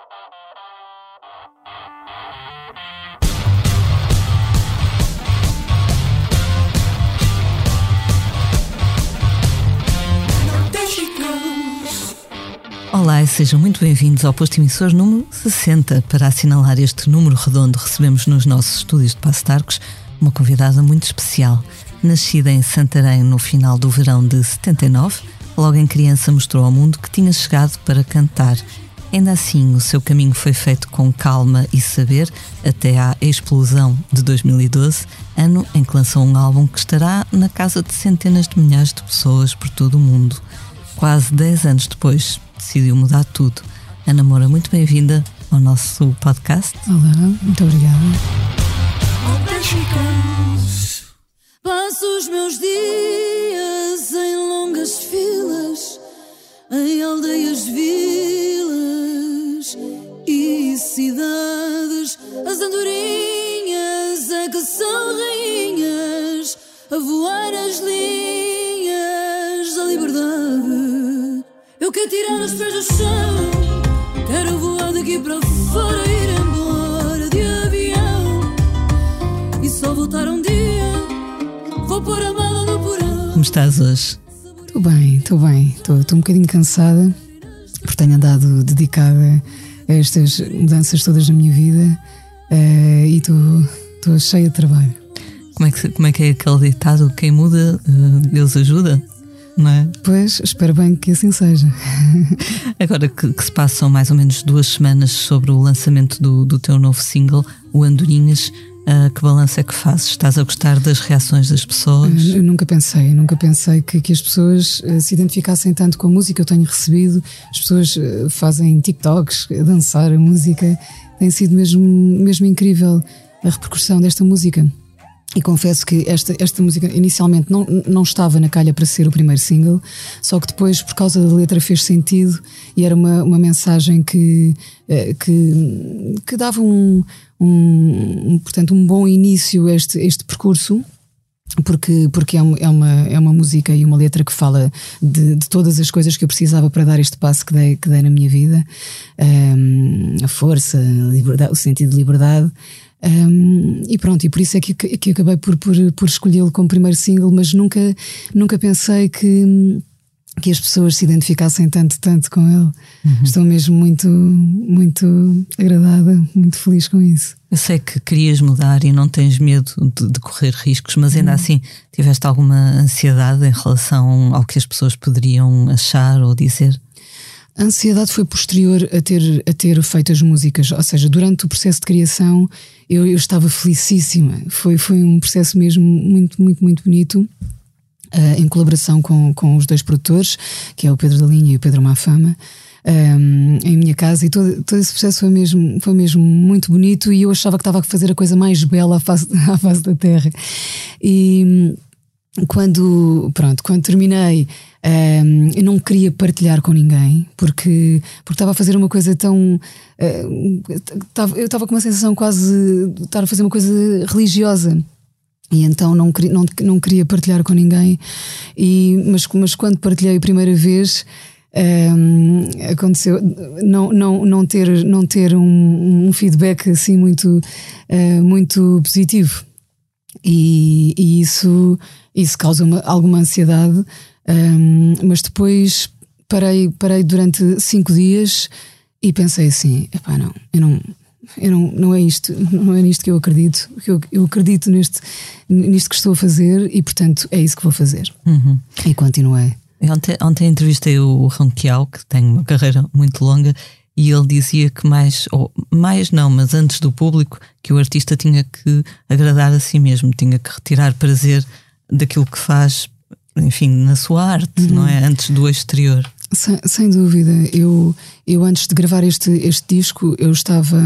Olá e sejam muito bem-vindos ao posto emissor número 60. Para assinalar este número redondo, recebemos nos nossos estúdios de Paços de Arcos uma convidada muito especial. Nascida em Santarém no final do verão de 79, logo em criança mostrou ao mundo que tinha chegado para cantar. Ainda assim, o seu caminho foi feito com calma e saber até à explosão de 2012, ano em que lançou um álbum que estará na casa de centenas de milhares de pessoas por todo o mundo. Quase 10 anos depois, decidiu mudar tudo. Ana Moura, muito bem-vinda ao nosso podcast. Olá, muito obrigada. Passo os meus dias em longas filas, em aldeias, vilas e cidades. As andorinhas é que são rainhas, a voar as linhas da liberdade. Eu quero tirar os pés do chão, quero voar daqui para fora, ir embora de avião e só voltar um dia. Vou pôr a mala no porão. Como estás hoje? Estou bem. Estou um bocadinho cansada, porque tenho andado dedicada a estas mudanças todas na minha vida e estou cheia de trabalho. Como é que é aquele ditado? Quem muda, Deus ajuda? Não é? Pois, espero bem que assim seja. Agora que se passam mais ou menos 2 semanas sobre o lançamento do teu novo single, o Andorinhas, que balanço é que fazes? Estás a gostar das reações das pessoas? Eu nunca pensei que as pessoas se identificassem tanto com a música que eu tenho recebido. As pessoas fazem TikToks a dançar a música. Tem sido mesmo incrível a repercussão desta música. E confesso que esta música inicialmente não estava na calha para ser o primeiro single, só que depois, por causa da letra, fez sentido e era uma mensagem que dava portanto, um bom início a este percurso, porque é uma música e uma letra que fala de todas as coisas que eu precisava para dar este passo que dei na minha vida, a força, a liberdade, o sentido de liberdade. E pronto, e por isso é que acabei por escolhê-lo como primeiro single, mas nunca pensei que as pessoas se identificassem tanto com ele. Estou mesmo muito, muito agradada, muito feliz com isso. Eu sei que querias mudar e não tens medo de correr riscos, mas ainda assim tiveste alguma ansiedade em relação ao que as pessoas poderiam achar ou dizer? A ansiedade foi posterior a ter feito as músicas, ou seja, durante o processo de criação eu estava felicíssima. Foi um processo mesmo muito, muito, muito bonito, em colaboração com os 2 produtores, que é o Pedro da Linha e o Pedro Mafama, em minha casa, e todo esse processo foi mesmo muito bonito, e eu achava que estava a fazer a coisa mais bela à face da terra. E quando terminei, eu não queria partilhar com ninguém, porque estava a fazer uma coisa tão... eu estava com uma sensação quase de estar a fazer uma coisa religiosa, e então não queria partilhar com ninguém. Mas quando partilhei a primeira vez, aconteceu não ter um feedback assim muito positivo, e isso causa alguma ansiedade. Mas depois parei durante 5 dias e pensei assim: epá, não é isto, não é nisto que eu acredito. Eu acredito nisto que estou a fazer, e portanto é isso que vou fazer. E continuei. Ontem entrevistei o Ronquial, que tem uma carreira muito longa, e ele dizia que mais não, mas antes do público, que o artista tinha que agradar a si mesmo, tinha que retirar prazer daquilo que faz, enfim, na sua arte, não é? Antes do exterior. Sem dúvida. Eu antes de gravar este disco, eu estava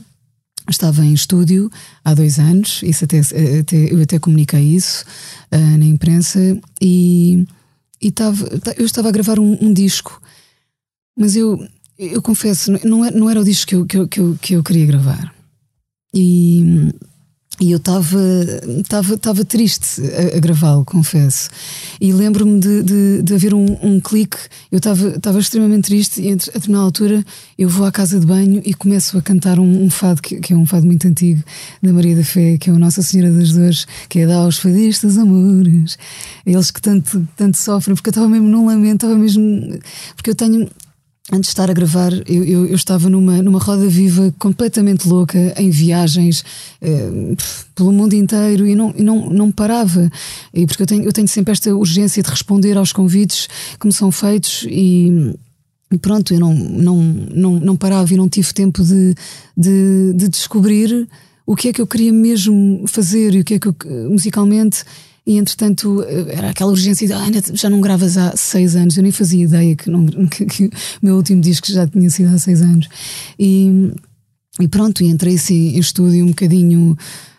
em estúdio há 2 anos, isso eu até comuniquei isso na imprensa, e eu estava a gravar um disco, mas eu confesso, não era o disco que eu queria gravar. E E eu estava triste a gravá-lo, confesso. E lembro-me de haver um clique. Eu estava extremamente triste e a determinada altura eu vou à casa de banho e começo a cantar um fado que é um fado muito antigo da Maria da Fé, que é o Nossa Senhora das Dores, que é dá aos fadistas amores, eles que tanto sofrem, porque eu estava mesmo num lamento, porque eu tenho... Antes de estar a gravar, eu estava numa roda viva completamente louca, em viagens pelo mundo inteiro e não parava. E porque eu tenho sempre esta urgência de responder aos convites que me são feitos e pronto, eu não parava e não tive tempo de descobrir o que é que eu queria mesmo fazer e o que é que eu musicalmente. E entretanto era aquela urgência de já não gravas há 6 anos. Eu nem fazia ideia que o meu último disco já tinha sido há 6 anos. E pronto, entrei assim em estúdio um bocadinho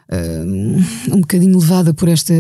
levada por esta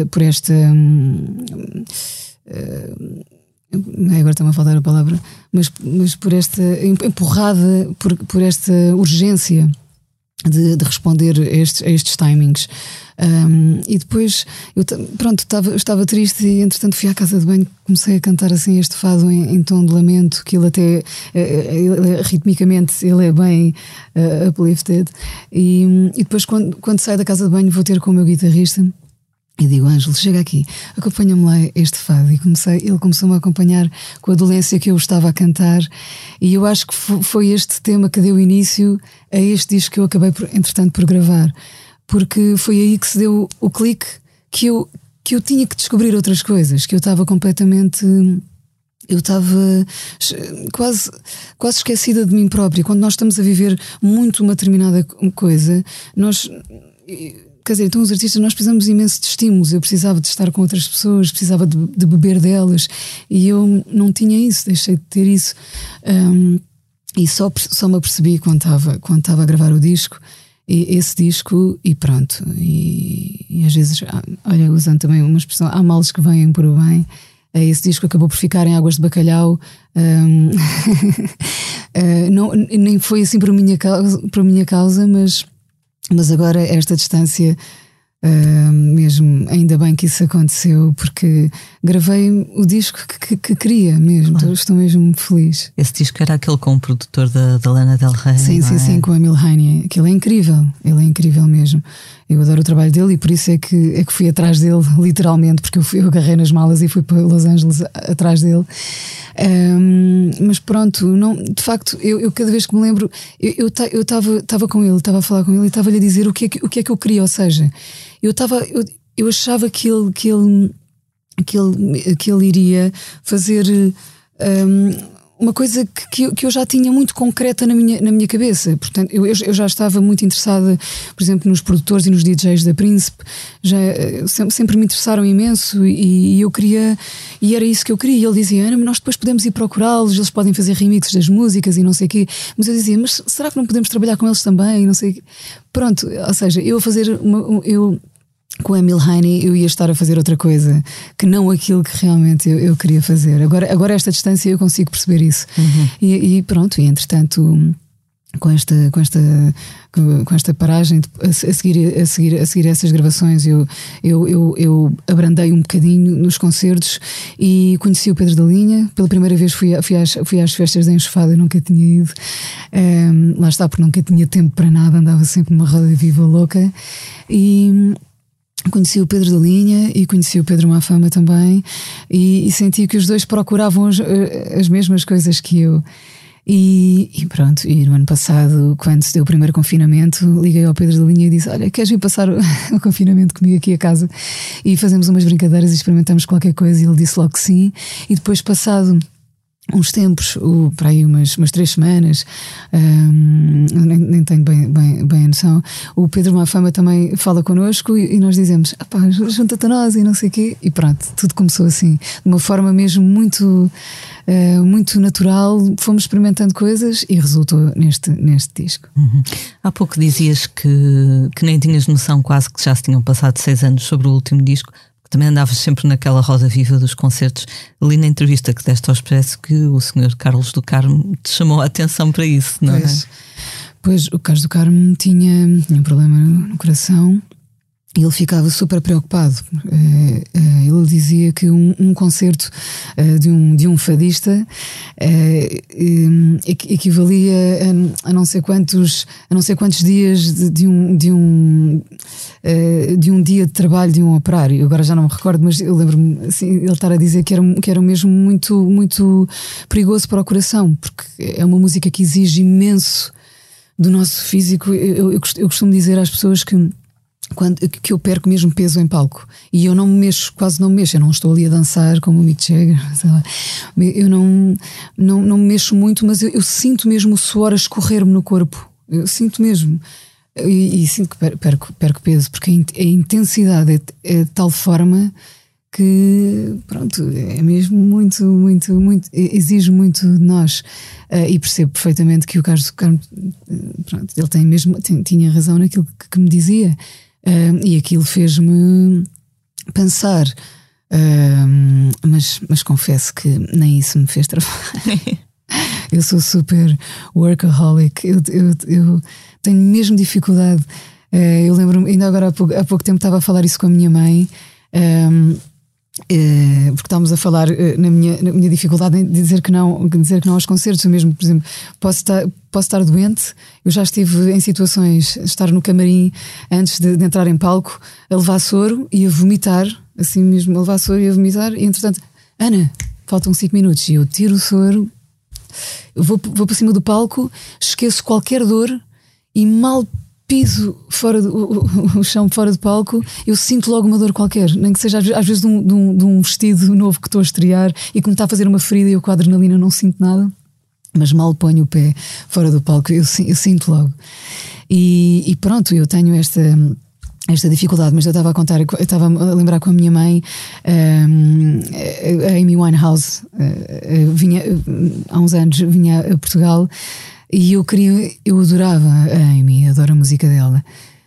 agora está-me a faltar a palavra, mas por esta empurrada por esta urgência de responder a estes timings. E depois eu estava triste e entretanto fui à casa de banho, comecei a cantar assim este fado em tom de lamento, que ele até ritmicamente ele é bem uplifted. E depois quando saio da casa de banho vou ter com o meu guitarrista e digo: Ângelo, chega aqui, acompanha-me lá este fado. E ele começou-me a acompanhar com a dolência que eu estava a cantar, e eu acho que foi este tema que deu início a este disco que eu acabei entretanto por gravar, porque foi aí que se deu o clique que eu tinha que descobrir outras coisas, que eu estava completamente... Eu estava quase esquecida de mim própria. Quando nós estamos a viver muito uma determinada coisa, quer dizer, então os artistas, nós precisamos imenso de estímulos. Eu precisava de estar com outras pessoas, precisava de beber delas, e eu não tinha isso, deixei de ter isso. E só me apercebi quando estava a gravar o disco, esse disco, e pronto. E às vezes, olha, usando também uma expressão, há males que vêm por o bem. Esse disco acabou por ficar em águas de bacalhau. Nem foi assim por minha causa, mas agora esta distância, mesmo, ainda bem que isso aconteceu, porque gravei o disco que queria mesmo. Claro. Estou mesmo feliz. Esse disco era aquele com o produtor da Lana Del Rey. Sim, com o Emil Heine. Aquilo é incrível, ele é incrível mesmo. Eu adoro o trabalho dele e por isso é que fui atrás dele, literalmente, porque eu agarrei nas malas e fui para Los Angeles atrás dele. Mas pronto, de facto, eu cada vez que me lembro, eu estava com ele, estava a falar com ele e estava-lhe a dizer o que é que eu queria. Ou seja, eu achava que ele iria fazer uma coisa que eu já tinha muito concreta na minha cabeça. Portanto, eu já estava muito interessada, por exemplo, nos produtores e nos DJs da Príncipe. Sempre me interessaram imenso e eu queria, e era isso que eu queria. E ele dizia: Ana, mas nós depois podemos ir procurá-los, eles podem fazer remixes das músicas e não sei o quê. Mas eu dizia: mas será que não podemos trabalhar com eles também? E não sei o quê. Pronto, ou seja, eu a fazer com a Emil Heine eu ia estar a fazer outra coisa que não aquilo que realmente eu queria fazer. Agora esta distância eu consigo perceber isso. E pronto, e entretanto com esta paragem a seguir essas gravações eu abrandei um bocadinho nos concertos e conheci o Pedro da Linha. Pela primeira vez fui às festas de Enxofado, eu nunca tinha ido, lá está, porque nunca tinha tempo para nada, andava sempre numa roda viva louca. E conheci o Pedro da Linha e conheci o Pedro Mafama também, e senti que os dois procuravam as mesmas coisas que eu. E pronto, e no ano passado, quando se deu o primeiro confinamento, liguei ao Pedro da Linha e disse: olha, queres vir passar o confinamento comigo aqui a casa e fazemos umas brincadeiras e experimentamos qualquer coisa? E ele disse logo que sim. E depois, passado uns tempos, para aí umas 3 semanas, nem tenho bem a noção, o Pedro Mafama também fala connosco e nós dizemos: junta-te a nós e não sei o quê. E pronto, tudo começou assim, de uma forma mesmo muito natural. Fomos experimentando coisas e resultou neste disco. Há pouco dizias que nem tinhas noção, quase que já se tinham passado 6 anos sobre o último disco. Também andavas sempre naquela roda viva dos concertos. Ali na entrevista que deste ao Expresso, que o Sr. Carlos do Carmo te chamou a atenção para isso, não é? Pois o Carlos do Carmo tinha um problema no coração ele ficava super preocupado. Ele dizia que um concerto de um fadista equivalia a não sei quantos dias de um dia de trabalho de um operário. Agora já não me recordo, mas eu lembro-me assim, ele estar a dizer que era mesmo muito, muito perigoso para o coração, porque é uma música que exige imenso do nosso físico. Eu costumo dizer às pessoas que eu perco mesmo peso em palco e eu não me mexo, quase não me mexo. Eu não estou ali a dançar como o Mick Jagger, sei lá. Eu não me mexo muito, mas eu sinto mesmo o suor a escorrer-me no corpo. Eu sinto mesmo e sinto que perco peso, porque a intensidade é de tal forma que, pronto, é mesmo muito, muito, muito, exige muito de nós. E percebo perfeitamente que o Carlos, pronto, ele tinha razão naquilo que me dizia. E aquilo fez-me pensar, mas confesso que nem isso me fez trabalhar. Eu sou super workaholic, eu tenho mesmo dificuldade. Eu lembro-me, ainda agora há pouco tempo estava a falar isso com a minha mãe, porque estávamos a falar na minha dificuldade em dizer que não aos concertos. Eu mesmo, por exemplo, posso estar doente. Eu já estive em situações de estar no camarim antes de entrar em palco, a levar soro e a vomitar, assim mesmo, a levar soro e a vomitar, e entretanto, Ana, faltam 5 minutos, e eu tiro o soro, eu vou para cima do palco, esqueço qualquer dor e mal piso o chão fora do palco, eu sinto logo uma dor qualquer, nem que seja às vezes de um vestido novo que estou a estrear e que me está a fazer uma ferida e eu com a adrenalina não sinto nada, mas mal ponho o pé fora do palco eu sinto logo. E pronto, eu tenho esta dificuldade, mas eu estava a lembrar com a minha mãe, a Amy Winehouse vinha há uns anos, vinha a Portugal. E eu adorava a Amy, adoro a música dela.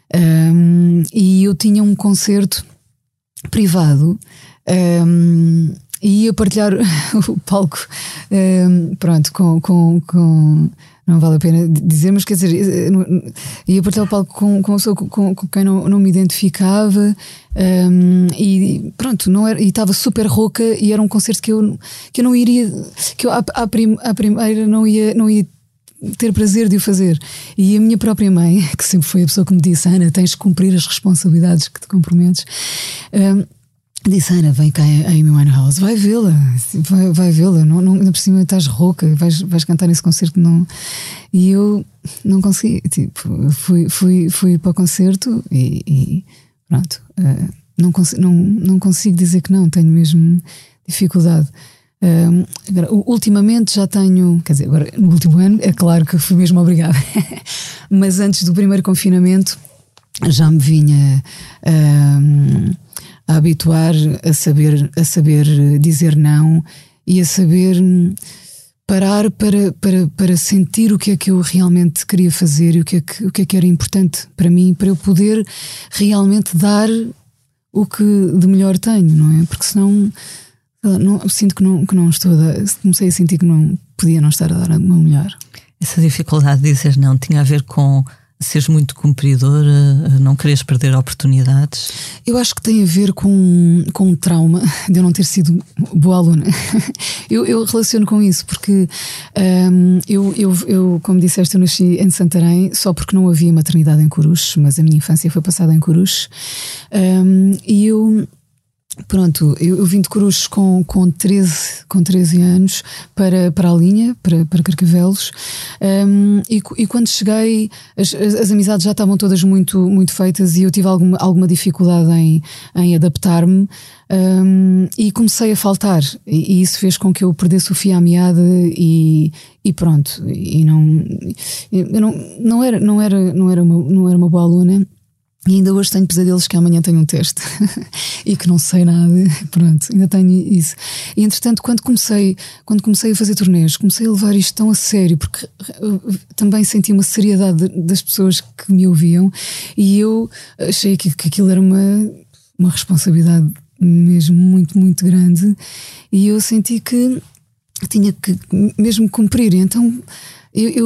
E eu tinha um concerto privado e ia partilhar o palco, pronto, com não vale a pena dizer, mas quer dizer, ia partilhar o palco com uma pessoa com quem não me identificava, e pronto, não era, e estava super rouca, e era um concerto que eu não iria, que eu à primeira não ia ter prazer de o fazer. E a minha própria mãe, que sempre foi a pessoa que me disse: Ana, tens de cumprir as responsabilidades que te comprometes, disse: Ana, vem cá a Amy Winehouse, vai vê-la, vai vê-la, ainda por cima estás rouca, vais cantar nesse concerto. Não. E eu não consegui, tipo, fui para o concerto e pronto, não consigo dizer que não, tenho mesmo dificuldade. Agora, ultimamente já tenho, quer dizer, agora no último ano é claro que fui mesmo obrigada mas antes do primeiro confinamento já me vinha a habituar a saber dizer não e a saber parar para sentir o que é que eu realmente queria fazer e o que é que era importante para mim, para eu poder realmente dar o que de melhor tenho, não é? Porque senão sinto que não estou a dar, comecei a sentir que não podia não estar a dar o meu melhor. Essa dificuldade de dizer não tinha a ver com seres muito cumpridor, não quereres perder oportunidades? Eu acho que tem a ver com um trauma de eu não ter sido boa aluna. Eu relaciono com isso porque eu, como disseste, eu nasci em Santarém só porque não havia maternidade em Coruche, mas a minha infância foi passada em Coruche, e pronto, eu vim de Coruche com 13 anos para a linha, para Carcavelos, e quando cheguei as amizades já estavam todas muito, muito feitas e eu tive alguma dificuldade em adaptar-me, e comecei a faltar, e isso fez com que eu perdesse o fio à meada e pronto, e não era uma boa aluna. E ainda hoje tenho pesadelos que amanhã tenho um teste e que não sei nada, pronto, ainda tenho isso. E entretanto, quando comecei a fazer turnês, comecei a levar isto tão a sério, porque também senti uma seriedade das pessoas que me ouviam, e eu achei que aquilo era uma responsabilidade mesmo muito, muito grande, e eu senti que tinha que mesmo cumprir. Então eu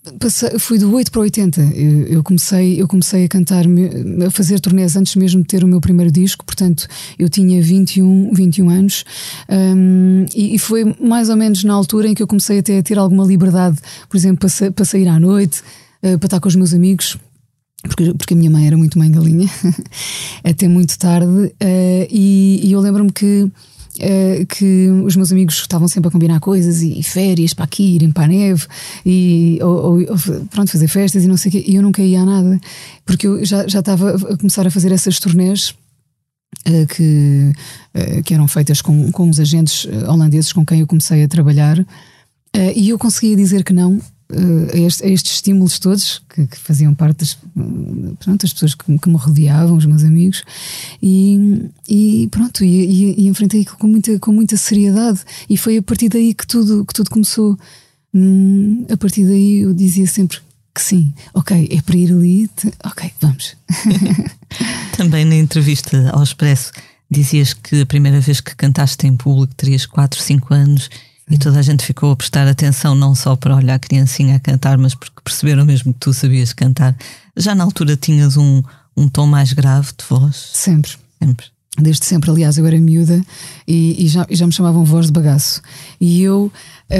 fui do 8 para o 80. Eu comecei a cantar, a fazer turnês antes mesmo de ter o meu primeiro disco. Portanto, eu tinha 21 anos, e foi mais ou menos na altura em que eu comecei até a ter alguma liberdade, por exemplo, para sair à noite, para estar com os meus amigos, porque a minha mãe era muito mãe galinha até muito tarde, e eu lembro-me que os meus amigos estavam sempre a combinar coisas e férias para aqui, irem para a neve ou pronto, fazer festas e não sei o quê, e eu nunca ia a nada, porque eu já estava a começar a fazer essas turnês que eram feitas com uns agentes holandeses com quem eu comecei a trabalhar, e eu conseguia dizer que não a estes estímulos todos que faziam parte das pessoas que me rodeavam, os meus amigos, e pronto, e enfrentei aquilo com muita seriedade, e foi a partir daí que tudo começou. A partir daí eu dizia sempre que sim, ok, é para ir ali, ok, vamos. Também na entrevista ao Expresso dizias que a primeira vez que cantaste em público terias 4, 5 anos. E toda a gente ficou a prestar atenção, não só para olhar a criancinha a cantar, mas porque perceberam mesmo que tu sabias cantar. Já na altura tinhas um tom mais grave de voz? Sempre. Desde sempre, aliás, eu era miúda e já me chamavam voz de bagaço. E eu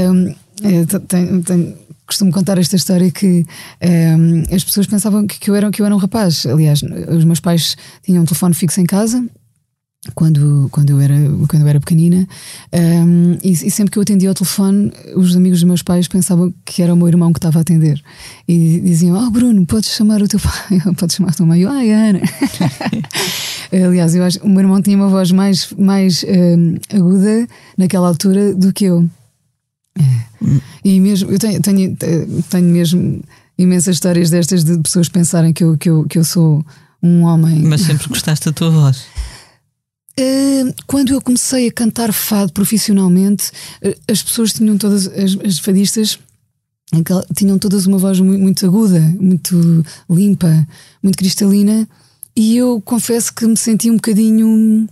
costumo contar esta história que as pessoas pensavam que eu era um rapaz. Aliás, os meus pais tinham um telefone fixo em casa quando eu era pequenina, e sempre que eu atendia ao telefone, os amigos dos meus pais pensavam que era o meu irmão que estava a atender e diziam: Bruno, podes chamar o teu pai, podes chamar a tua mãe. Ana. Aliás, eu acho que o meu irmão tinha uma voz mais aguda naquela altura do que eu. E mesmo eu tenho mesmo imensas histórias destas de pessoas pensarem que eu sou um homem. Mas sempre gostaste da tua voz? Quando eu comecei a cantar fado profissionalmente, as pessoas tinham todas, as fadistas tinham todas uma voz muito aguda, muito limpa, muito cristalina, e eu confesso que me senti um bocadinho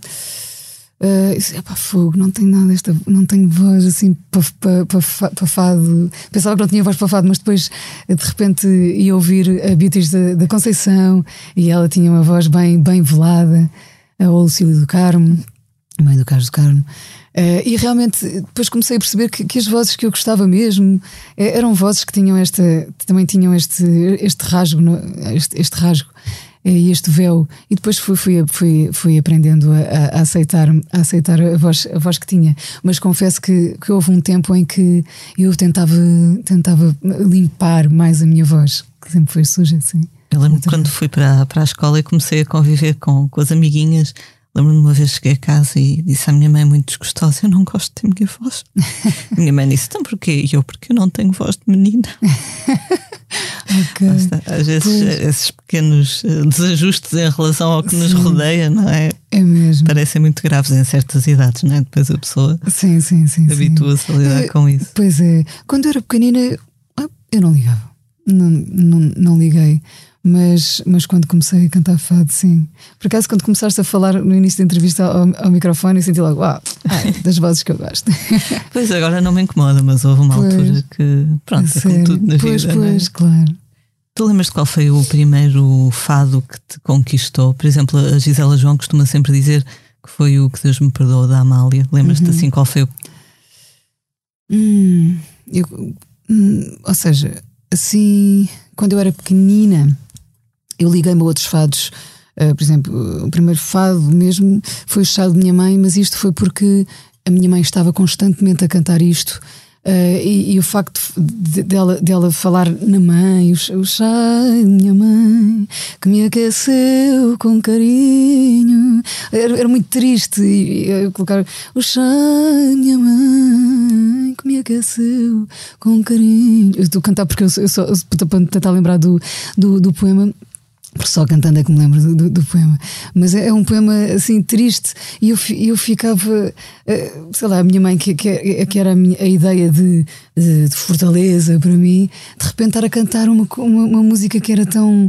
fogo, não tenho voz assim para fado. Pensava que não tinha voz para fado, mas depois de repente ia ouvir a Beatriz da Conceição e ela tinha uma voz bem velada, ou Lucília do Carmo, mãe do Carlos do Carmo, e realmente depois comecei a perceber que as vozes que eu gostava mesmo eram vozes que também tinham este rasgo, este rasgo e este véu, e depois fui aprendendo a aceitar a voz que tinha. Mas confesso que houve um tempo em que eu tentava limpar mais a minha voz, que sempre foi suja, assim. Eu lembro-me quando fui para a escola e comecei a conviver com as amiguinhas. Lembro-me de uma vez cheguei a casa e disse à minha mãe, muito desgostosa: eu não gosto de ter minha voz. Minha mãe disse: então porquê? E eu: porque eu não tenho voz de menina. Okay. Às vezes esses pequenos desajustes em relação ao que nos rodeia, não é? É mesmo. Parecem muito graves em certas idades, não é? Depois a pessoa sim, habitua-se a lidar com isso. Pois é. Quando eu era pequenina eu não ligava. Não liguei. Mas quando comecei a cantar fado, sim. Por acaso, quando começaste a falar no início da entrevista ao microfone, eu senti logo: das vozes que eu gosto. Pois, agora não me incomoda, mas houve uma altura que, pronto, é como tudo na vida. Pois, claro. Tu lembras-te qual foi o primeiro fado que te conquistou? Por exemplo, a Gisela João costuma sempre dizer que foi o Que Deus Me Perdoa, da Amália. Lembras-te assim qual foi o... Ou seja, assim, quando eu era pequenina, eu liguei-me a outros fados. Por exemplo, o primeiro fado mesmo foi o Chá de Minha Mãe, mas isto foi porque a minha mãe estava constantemente a cantar isto. E o facto dela falar na mãe, o chá de minha mãe que me aqueceu com carinho, era muito triste. E colocar o chá de minha mãe que me aqueceu com carinho. Eu estou a cantar porque eu só estou para tentar lembrar do poema, porque só cantando é que me lembro do poema. Mas é um poema assim triste, e eu ficava, sei lá, a minha mãe, que era a ideia de fortaleza para mim, de repente estar a cantar uma música que era tão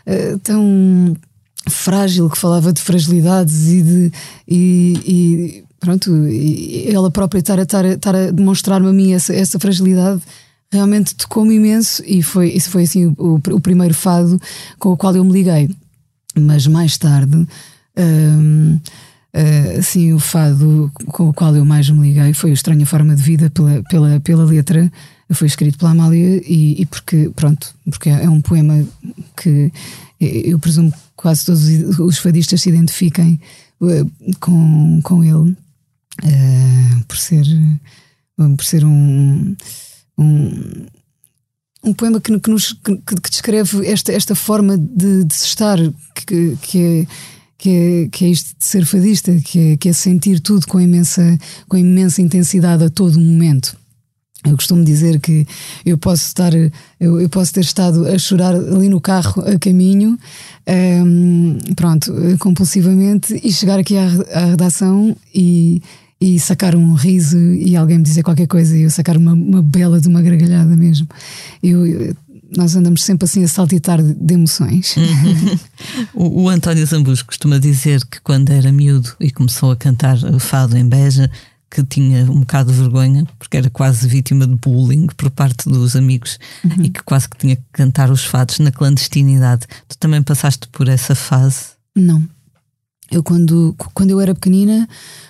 frágil, que falava de fragilidades e pronto, e ela própria estar a demonstrar-me a mim essa fragilidade, realmente tocou-me imenso e isso foi assim o primeiro fado com o qual eu me liguei. Mas mais tarde, assim, o fado com o qual eu mais me liguei foi o Estranha Forma de Vida, pela letra. Foi escrito pela Amália e porque é um poema que eu presumo que quase todos os fadistas se identifiquem com ele, por ser um poema que descreve esta forma de se estar, que é isto de ser fadista, que é sentir tudo com imensa intensidade a todo momento. Eu costumo dizer que eu posso ter estado a chorar ali no carro a caminho, compulsivamente, e chegar aqui à redação e sacar um riso e alguém me dizer qualquer coisa e eu sacar uma bela de uma gargalhada mesmo. Nós andamos sempre assim a saltitar de emoções. O António Zambujo costuma dizer que quando era miúdo e começou a cantar fado em Beja, que tinha um bocado de vergonha, porque era quase vítima de bullying por parte dos amigos, e que quase que tinha que cantar os fados na clandestinidade. Tu também passaste por essa fase? Não. Eu quando eu era pequenina,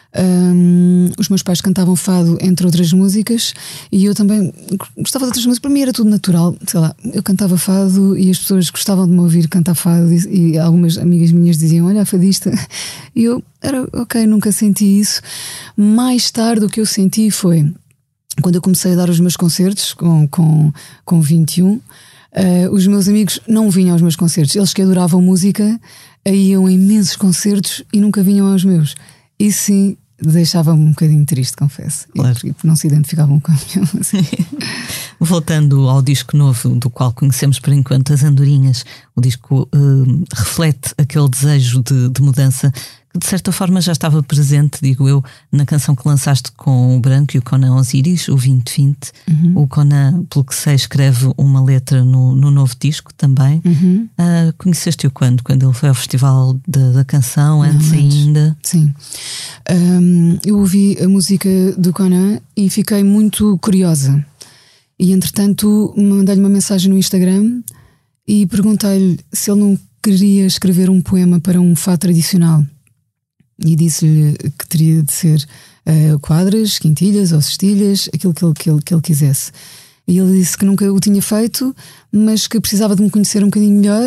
os meus pais cantavam fado, entre outras músicas, e eu também gostava de outras músicas. Para mim era tudo natural, sei lá, eu cantava fado e as pessoas gostavam de me ouvir cantar fado, e algumas amigas minhas diziam: olha, a fadista, e eu era ok, nunca senti isso. Mais tarde o que eu senti foi quando eu comecei a dar os meus concertos com 21. Os meus amigos não vinham aos meus concertos, eles que adoravam música iam a imensos concertos e nunca vinham aos meus. E sim, deixava-me um bocadinho triste, confesso. Claro. E não se identificavam com a minha música. Voltando ao disco novo, do qual conhecemos por enquanto As Andorinhas, o disco reflete aquele desejo de mudança que de certa forma já estava presente, digo eu, na canção que lançaste com o Branco e o Conan Osiris, o 2020. O Conan, pelo que sei, escreve uma letra no novo disco também. Conheceste-o quando? Quando ele foi ao Festival da Canção, antes ainda? Sim. Eu ouvi a música do Conan e fiquei muito curiosa. E entretanto mandei-lhe uma mensagem no Instagram e perguntei-lhe se ele não queria escrever um poema para um fado tradicional. E disse-lhe que teria de ser quadras, quintilhas ou cestilhas, aquilo que ele quisesse. E ele disse que nunca o tinha feito, mas que precisava de me conhecer um bocadinho melhor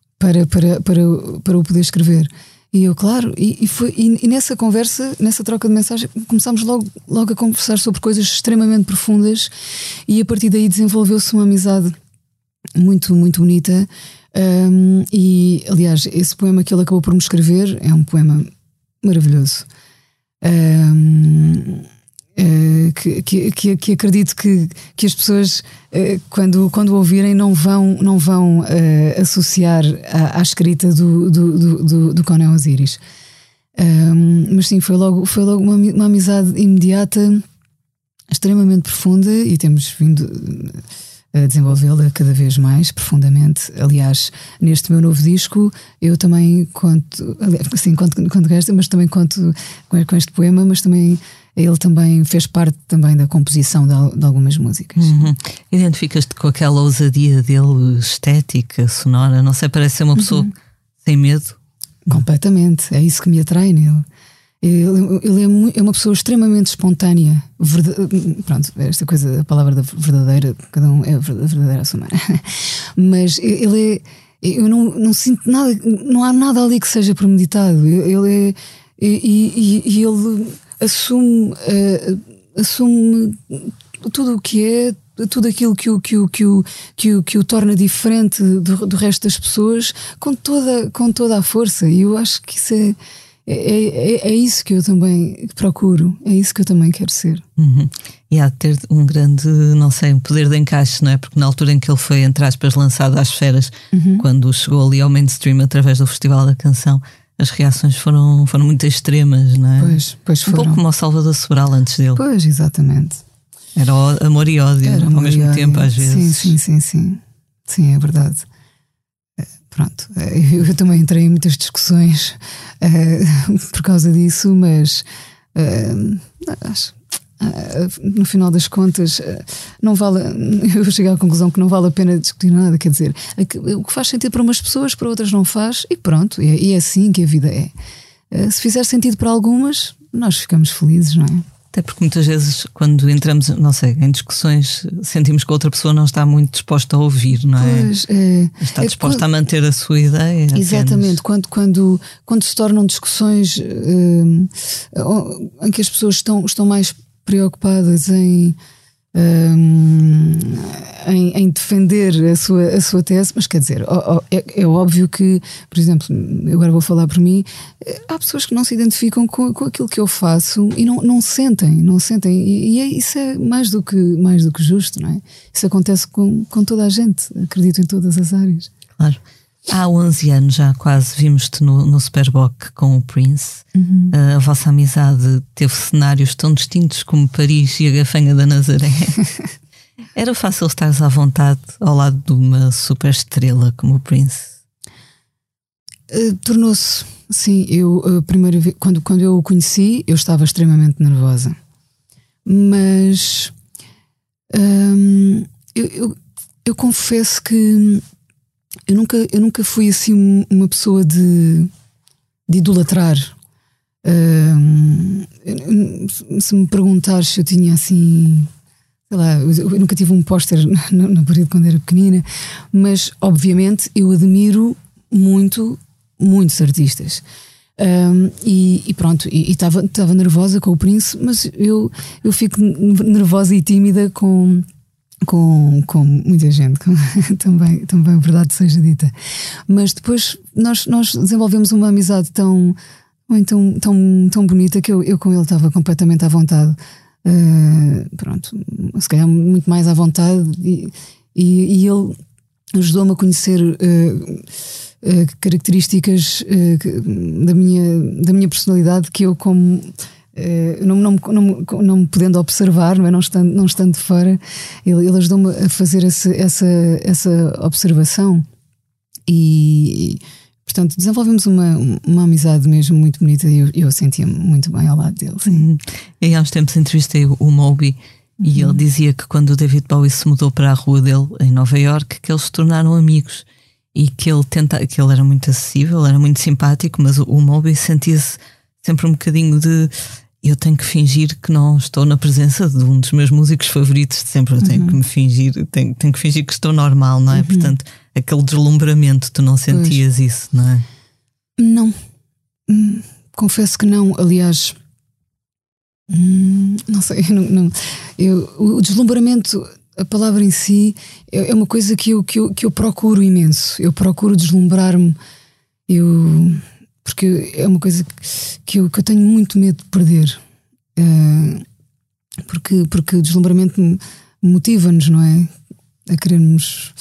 para o poder escrever. E eu, claro, e nessa conversa, nessa troca de mensagens, começámos logo a conversar sobre coisas extremamente profundas, e a partir daí desenvolveu-se uma amizade muito, muito bonita. E aliás, esse poema que ele acabou por me escrever é um poema maravilhoso, que acredito que as pessoas quando ouvirem não vão associar à escrita do Conan Osiris, mas sim, foi logo uma amizade imediata, extremamente profunda, e temos vindo a desenvolvê-la cada vez mais profundamente. Aliás, neste meu novo disco eu também conto esta, mas também conto com este poema, mas também ele também fez parte também da composição de algumas músicas. Identificas-te com aquela ousadia dele, estética, sonora? Não sei, parece ser uma pessoa sem medo. Completamente, é isso que me atrai nele. Ele é uma pessoa extremamente espontânea. Pronto, esta coisa, a palavra da verdadeira, cada um é verdadeira à sua maneira. Mas ele é. Eu não sinto nada, não há nada ali que seja premeditado. Ele assume tudo o que é, tudo aquilo que o torna diferente do resto das pessoas, com toda a força. E eu acho que isso é isso que eu também procuro, é isso que eu também quero ser. E há de ter um grande, não sei, um poder de encaixe, não é? Porque na altura em que ele foi, entre aspas, lançado às esferas, quando chegou ali ao mainstream através do Festival da Canção, as reações foram muito extremas, não é? Pois foram. Um pouco como o Salvador Sobral antes dele. Pois, exatamente. Era amor e ódio ao mesmo tempo, às vezes. Sim, é verdade. Pronto, eu também entrei em muitas discussões por causa disso, mas no final das contas, não vale. Eu cheguei à conclusão que não vale a pena discutir nada. Quer dizer, o que faz sentido para umas pessoas, para outras não faz, e pronto, e é assim que a vida é. Se fizer sentido para algumas, nós ficamos felizes, não é? Até porque muitas vezes, quando entramos, não sei, em discussões, sentimos que a outra pessoa não está muito disposta a ouvir, não é? Pois, está disposta a manter a sua ideia. Exatamente, quando se tornam discussões em que as pessoas estão mais preocupadas em defender a sua tese, mas quer dizer, é óbvio que, por exemplo, eu agora vou falar por mim, há pessoas que não se identificam com aquilo que eu faço e não sentem, e isso é mais do que justo, não é? Isso acontece com toda a gente, acredito, em todas as áreas. Claro. Há 11 anos já quase vimos-te no Superboc com o Prince. A vossa amizade teve cenários tão distintos como Paris e a Gafanha da Nazaré. Era fácil estares à vontade ao lado de uma super estrela como o Prince? Tornou-se, sim. A primeira vez, quando eu o conheci, eu estava extremamente nervosa. Mas eu confesso que eu nunca fui assim uma pessoa de idolatrar. Se me perguntares se eu tinha assim, sei lá, eu nunca tive um póster na parede quando era pequenina, mas obviamente eu admiro muitos artistas. E pronto, e estava nervosa com o Prince, mas eu fico nervosa e tímida com muita gente, também verdade seja dita. Mas depois nós desenvolvemos uma amizade tão bonita que eu com ele estava completamente à vontade. Pronto, se calhar muito mais à vontade, e ele ajudou-me a conhecer características da minha personalidade que eu, como não me podendo observar, não estando de fora, ele ajudou-me a fazer essa observação, e portanto desenvolvemos uma amizade mesmo muito bonita, e eu sentia-me muito bem ao lado dele. E há uns tempos entrevistei o Moby, e ele dizia que quando o David Bowie se mudou para a rua dele em Nova Iorque, que eles se tornaram amigos, e que ele era muito acessível, era muito simpático, mas o Moby sentia-se sempre um bocadinho de: eu tenho que fingir que não estou na presença de um dos meus músicos favoritos de sempre. Eu tenho que me fingir, tenho que fingir que estou normal, não é? Portanto, aquele deslumbramento, tu não sentias isso, não é? Não, confesso que não. Aliás, não sei, o deslumbramento, a palavra em si, é uma coisa que eu procuro imenso. Eu procuro deslumbrar-me. Porque é uma coisa que eu tenho muito medo de perder, porque o deslumbramento motiva-nos, não é? A querermos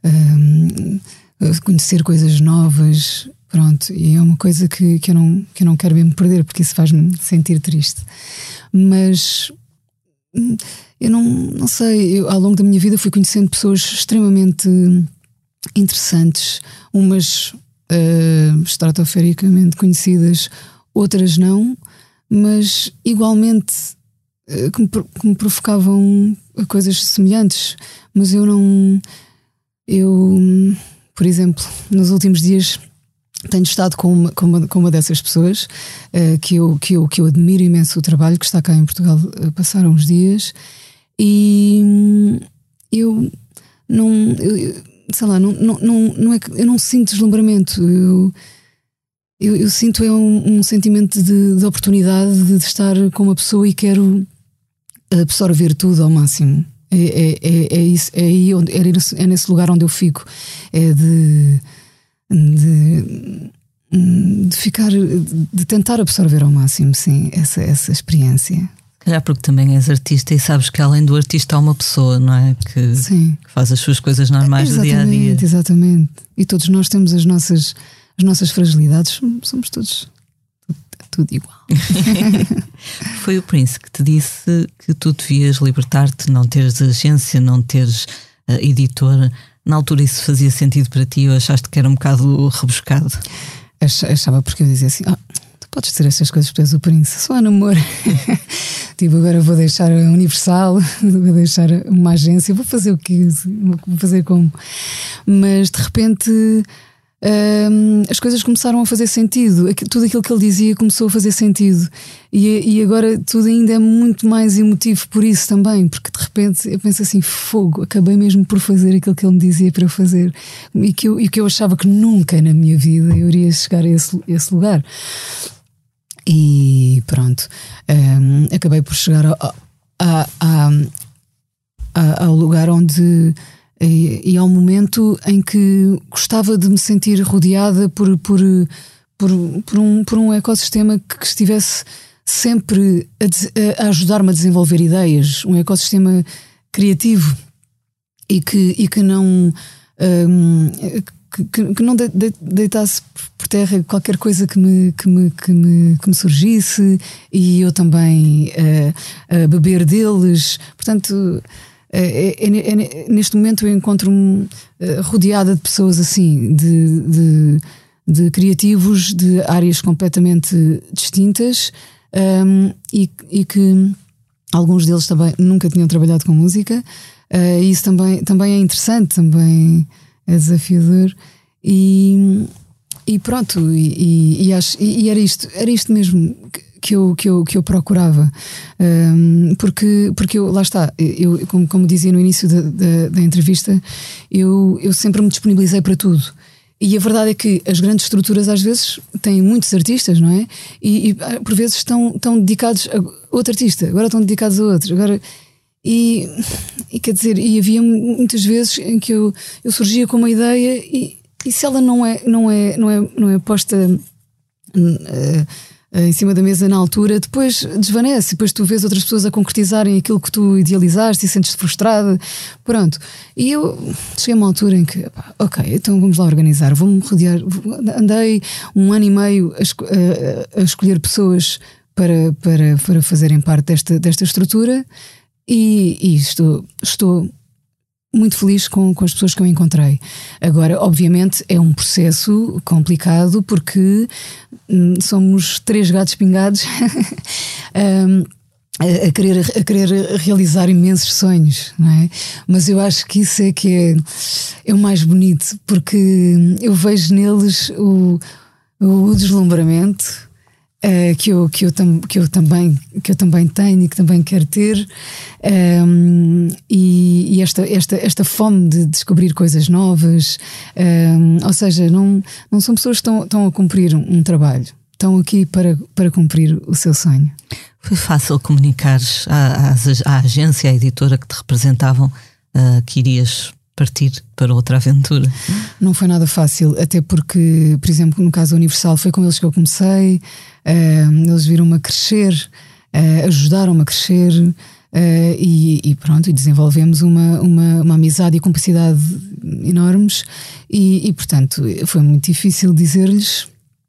conhecer coisas novas, pronto, e é uma coisa que eu não quero mesmo perder, porque isso faz-me sentir triste. Mas eu não sei, ao longo da minha vida fui conhecendo pessoas extremamente interessantes, umas estratosfericamente conhecidas, outras não, mas igualmente que me provocavam coisas semelhantes. Mas eu, por exemplo, nos últimos dias tenho estado com uma dessas pessoas, que eu admiro imenso o trabalho, que está cá em Portugal a passar uns dias, e sei lá, não é que eu não sinto deslumbramento, eu sinto um sentimento de oportunidade de estar com uma pessoa e quero absorver tudo ao máximo. É isso, é nesse lugar onde eu fico, é de ficar, de tentar absorver ao máximo, sim, essa experiência. Calhar porque também és artista e sabes que além do artista há uma pessoa, não é? Que faz as suas coisas normais do dia a dia. Exatamente. E todos nós temos as nossas fragilidades, somos todos tudo igual. Foi o Prince que te disse que tu devias libertar-te, não teres agência, não teres editora. Na altura isso fazia sentido para ti ou achaste que era um bocado rebuscado? Achava, porque eu dizia assim: podes dizer estas coisas, tu és o príncipe, só há namoro. Tipo, agora vou deixar a Universal, vou deixar uma agência, vou fazer o que vou fazer como. Mas de repente as coisas começaram a fazer sentido, tudo aquilo que ele dizia começou a fazer sentido, e agora tudo ainda é muito mais emotivo por isso também, porque de repente eu penso assim, fogo, acabei mesmo por fazer aquilo que ele me dizia para eu fazer, e que eu achava que nunca na minha vida eu iria chegar a esse lugar. E pronto, acabei por chegar ao lugar onde e ao momento em que gostava de me sentir rodeada por um ecossistema que estivesse sempre a ajudar-me a desenvolver ideias, um ecossistema criativo e que não deitasse por terra qualquer coisa que me surgisse, e eu também a beber deles. Portanto, neste momento eu encontro-me rodeada de pessoas assim, de criativos de áreas completamente distintas, e que alguns deles também nunca tinham trabalhado com música, e isso também é interessante, também é desafiador, e pronto, e era isto mesmo que eu procurava, porque eu, lá está, eu, como dizia no início da entrevista, eu sempre me disponibilizei para tudo, e a verdade é que as grandes estruturas às vezes têm muitos artistas, não é? E por vezes estão dedicados a outro artista, agora estão dedicados a outro, agora... E quer dizer, e havia muitas vezes em que eu surgia com uma ideia, e se ela não é posta em cima da mesa na altura, depois desvanece, depois tu vês outras pessoas a concretizarem aquilo que tu idealizaste e sentes-te frustrada, pronto. E eu cheguei a uma altura em que, ok, então vamos lá organizar, vou-me rodear. Andei 1 ano e meio a escolher pessoas para fazerem parte desta estrutura, e estou muito feliz com as pessoas que eu encontrei. Agora, obviamente, é um processo complicado, porque somos 3 gatos pingados a querer realizar imensos sonhos, não é? Mas eu acho que isso é que é o mais bonito, porque eu vejo neles o deslumbramento que eu também tenho e que também quero ter, e esta fome de descobrir coisas novas, ou seja, não são pessoas que estão a cumprir um trabalho, estão aqui para cumprir o seu sonho. Foi fácil comunicares à agência, à editora que te representavam, que irias partir para outra aventura? Não foi nada fácil, até porque, por exemplo, no caso da Universal, foi com eles que eu comecei. Eles viram-me a crescer, ajudaram-me a crescer, e pronto, e desenvolvemos uma amizade e cumplicidade enormes, e portanto foi muito difícil dizer-lhes,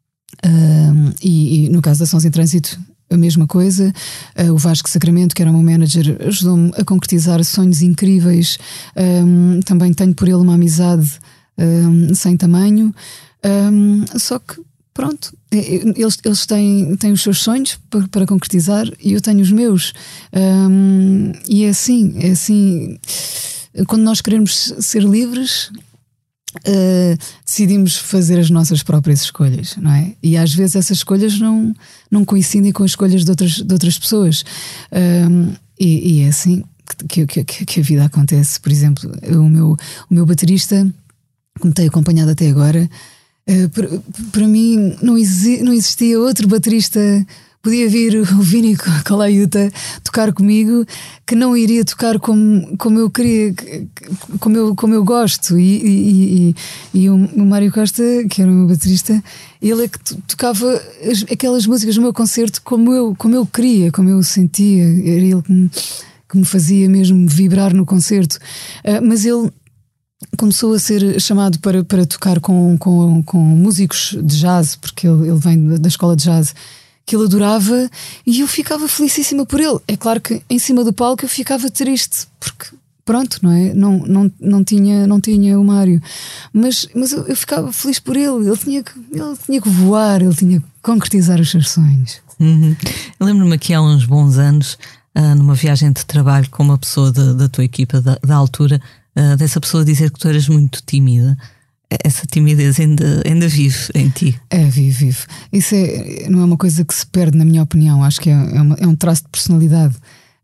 e no caso da Sons em Trânsito a mesma coisa. O Vasco Sacramento, que era o meu manager, ajudou-me a concretizar sonhos incríveis. Também tenho por ele uma amizade sem tamanho, só que pronto, eles têm os seus sonhos para concretizar, e eu tenho os meus, e é assim, quando nós queremos ser livres, decidimos fazer as nossas próprias escolhas, não é? E às vezes essas escolhas não coincidem com as escolhas de outras pessoas, e é assim que a vida acontece. Por exemplo, o meu baterista, que me tem acompanhado até agora, para mim não existia outro baterista. Podia vir o Vini Colaiuta tocar comigo, que não iria tocar como eu queria, como eu gosto, e o Mário Costa, que era o meu baterista, ele é que tocava aquelas músicas no meu concerto como eu queria, como eu sentia. Era ele que me fazia mesmo vibrar no concerto, mas ele começou a ser chamado para tocar com músicos de jazz, porque ele vem da escola de jazz, que ele adorava, e eu ficava felicíssima por ele. É claro que em cima do palco eu ficava triste, porque pronto, não é? Não tinha o Mário. Mas eu ficava feliz por ele. Ele tinha que voar, ele tinha que concretizar os seus sonhos. Eu lembro-me aqui há uns bons anos, numa viagem de trabalho com uma pessoa da tua equipa da altura, dessa pessoa dizer que tu eras muito tímida. Essa timidez ainda vive em ti? Vive. Isso não é uma coisa que se perde, na minha opinião. Acho que é um traço de personalidade.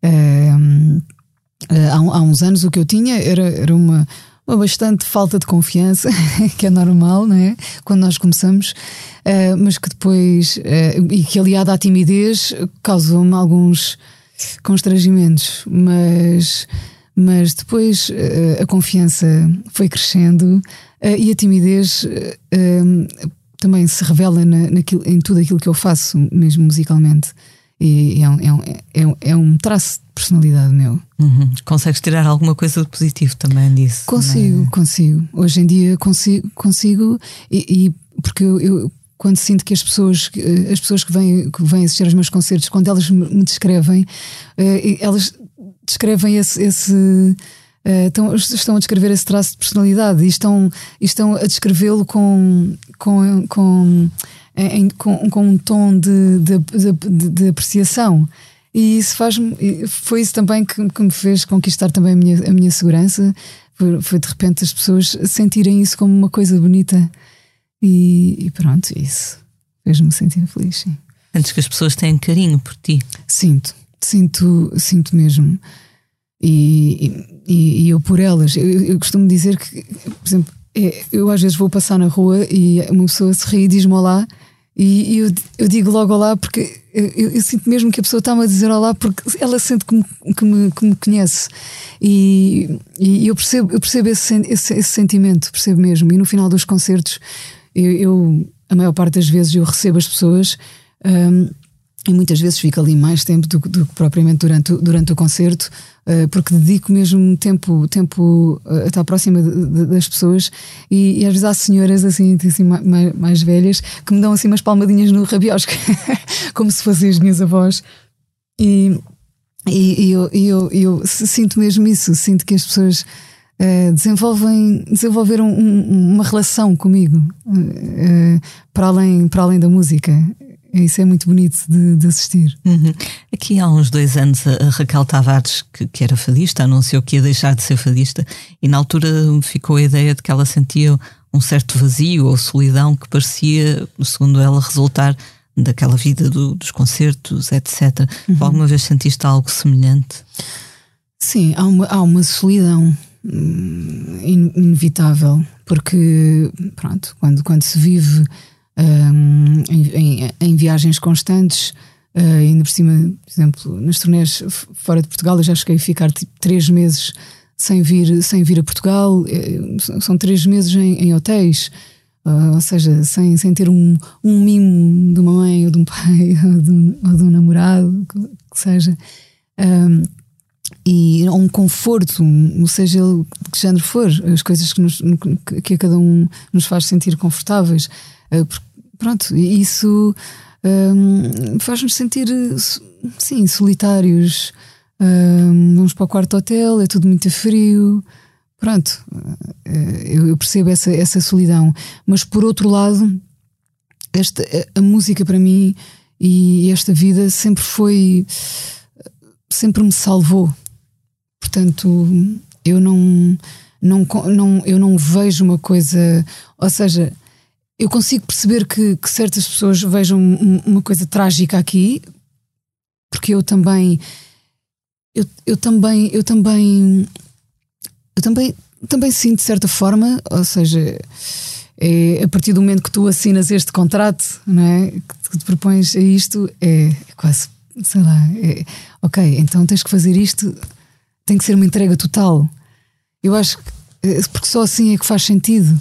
Há uns anos o que eu tinha era uma bastante falta de confiança, que é normal, não é? Quando nós começamos, mas que depois, e que aliado à timidez, causou-me alguns constrangimentos, mas depois a confiança foi crescendo, e a timidez também se revela em tudo aquilo que eu faço, mesmo musicalmente. E é um traço de personalidade meu. Consegues tirar alguma coisa de positivo também disso? Consigo. Hoje em dia consigo, e porque eu quando sinto que as pessoas que vêm assistir aos meus concertos, quando elas me descrevem, elas descrevem estão a descrever esse traço de personalidade e estão a descrevê-lo com um tom de apreciação. E isso foi isso também que me fez conquistar também a minha segurança. Foi de repente as pessoas sentirem isso como uma coisa bonita. E pronto, isso fez-me sentir feliz, sim. Antes que as pessoas tenham carinho por ti. Sinto mesmo. E eu por elas. Eu costumo dizer que, por exemplo, eu às vezes vou passar na rua e uma pessoa se ri e diz-me olá, e eu digo logo olá porque eu sinto mesmo que a pessoa está-me a dizer olá porque ela sente que me conhece, e eu percebo esse sentimento, percebo mesmo. E no final dos concertos a maior parte das vezes eu recebo as pessoas, e muitas vezes fico ali mais tempo do que propriamente durante o concerto, porque dedico mesmo tempo a estar próxima das pessoas, e às vezes há senhoras assim mais velhas que me dão assim umas palmadinhas no rabiosco como se fossem as minhas avós, e eu sinto mesmo isso, sinto que as pessoas desenvolveram uma relação comigo, para além da música. Isso é muito bonito de assistir. Aqui há uns 2 anos a Raquel Tavares, que era fadista, anunciou que ia deixar de ser fadista, e na altura ficou a ideia de que ela sentia um certo vazio ou solidão que parecia, segundo ela, resultar daquela vida dos concertos, etc. Alguma vez sentiste algo semelhante? Sim, há uma solidão inevitável, porque pronto, quando se vive em viagens constantes, ainda por cima, por exemplo, nas turnés fora de Portugal, eu já cheguei a ficar tipo 3 meses sem vir a Portugal. São 3 meses em hotéis, ou seja, sem ter um mimo de uma mãe ou de um pai ou de um namorado, que seja, e um conforto, seja ele de que género for, as coisas que a cada um nos faz sentir confortáveis. Pronto, isso faz-nos sentir, sim, solitários. Vamos para o quarto hotel, é tudo muito frio. Pronto, eu percebo essa solidão. Mas por outro lado, a música para mim e esta vida sempre me salvou. Portanto, eu não vejo uma coisa, ou seja, eu consigo perceber que certas pessoas vejam uma coisa trágica aqui, porque eu também sinto de certa forma, ou seja, é a partir do momento que tu assinas este contrato, não é, que te propões a isto, é quase, sei lá, ok, então tens que fazer isto, tem que ser uma entrega total. Eu acho que porque só assim é que faz sentido.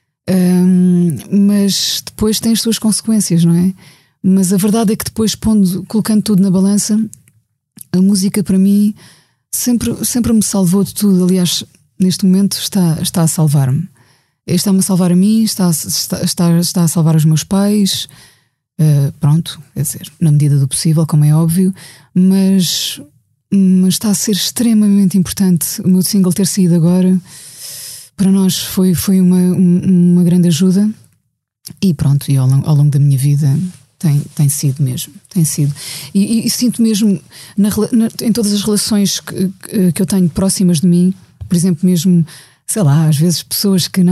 Mas depois tem as suas consequências, não é? Mas a verdade é que depois, colocando tudo na balança, a música para mim sempre me salvou de tudo. Aliás, neste momento está a salvar-me. Está-me a salvar a mim, está a salvar os meus pais. Pronto, quer dizer, na medida do possível, como é óbvio, mas mas está a ser extremamente importante o meu single ter saído agora. Para nós foi uma grande ajuda. E pronto, e ao longo da minha vida tem sido mesmo. Tem sido. E sinto mesmo em todas as relações que eu tenho próximas de mim, por exemplo, mesmo, sei lá, às vezes pessoas que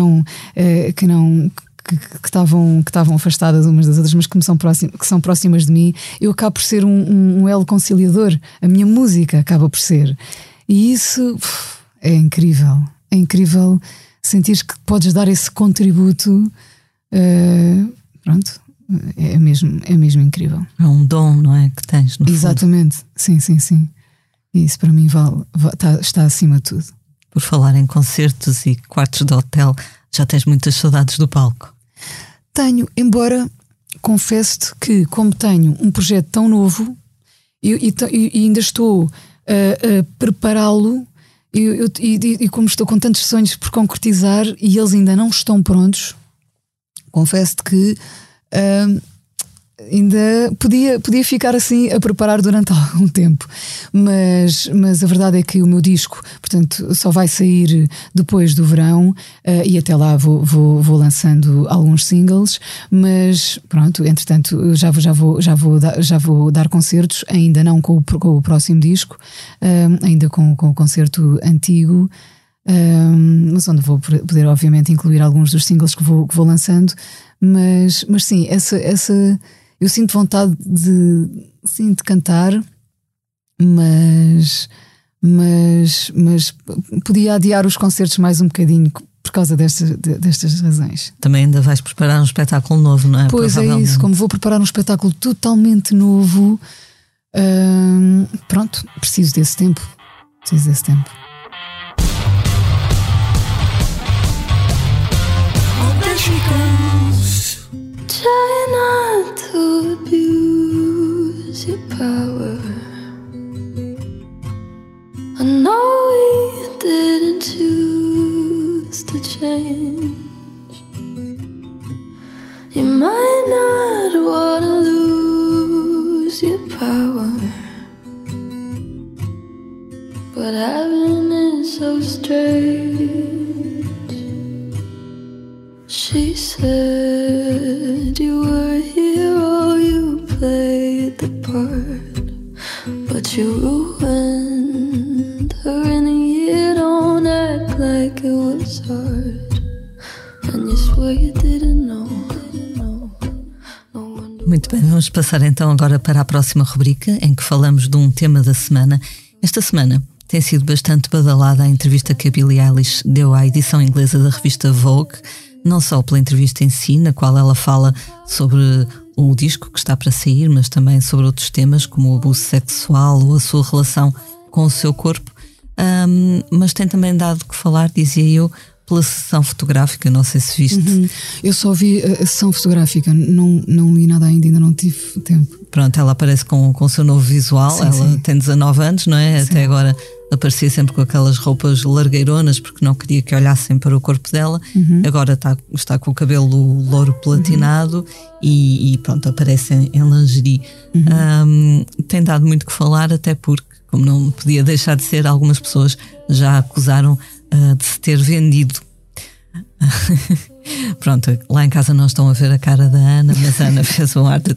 estavam afastadas umas das outras, mas que são próximas de mim, eu acabo por ser um elo conciliador. A minha música acaba por ser. E isso é incrível. É incrível sentir que podes dar esse contributo. Pronto, é mesmo incrível. É um dom, não é? Que tens, no Exatamente, fundo. Sim. E isso para mim está acima de tudo. Por falar em concertos e quartos de hotel, já tens muitas saudades do palco? Tenho, embora confesso-te que, como tenho um projeto tão novo e ainda estou a prepará-lo, e como estou com tantos sonhos por concretizar e eles ainda não estão prontos, confesso-te que ainda podia ficar assim a preparar durante algum tempo, mas a verdade é que o meu disco, portanto, só vai sair depois do verão, e até lá vou lançando alguns singles, mas pronto, entretanto já vou dar concertos, ainda não com o próximo disco, ainda com o concerto antigo, mas onde vou poder obviamente incluir alguns dos singles que vou lançando, mas sim, essa eu sinto vontade de cantar, mas podia adiar os concertos mais um bocadinho por causa destas razões. Também ainda vais preparar um espetáculo novo, não é? Pois é isso, como vou preparar um espetáculo totalmente novo, pronto, preciso desse tempo. Try not to abuse your power. I know we didn't choose to change. You might not want to lose your power, but having it so strange. She said you were a hero, you played the part, but you ruined her in a year. Don't act like it was hard, and you swear you didn't know. Muito bem, vamos passar então agora para a próxima rubrica, em que falamos de um tema da semana. Esta semana tem sido bastante badalada a entrevista que a Billie Eilish deu à edição inglesa da revista Vogue, não só pela entrevista em si, na qual ela fala sobre o disco que está para sair, mas também sobre outros temas como o abuso sexual ou a sua relação com o seu corpo, mas tem também dado que falar, dizia eu, pela sessão fotográfica. Não sei se viste. Eu só vi a sessão fotográfica, não li nada ainda não tive tempo. Pronto, ela aparece com o seu novo visual. Ela tem 19 anos, não é? Sim. Até agora aparecia sempre com aquelas roupas largueironas porque não queria que olhassem para o corpo dela. Agora está com o cabelo louro platinado e pronto, aparece em lingerie. Tem dado muito que falar, até porque, como não podia deixar de ser, algumas pessoas já acusaram de se ter vendido. Pronto, lá em casa não estão a ver a cara da Ana, mas a Ana fez um ar de...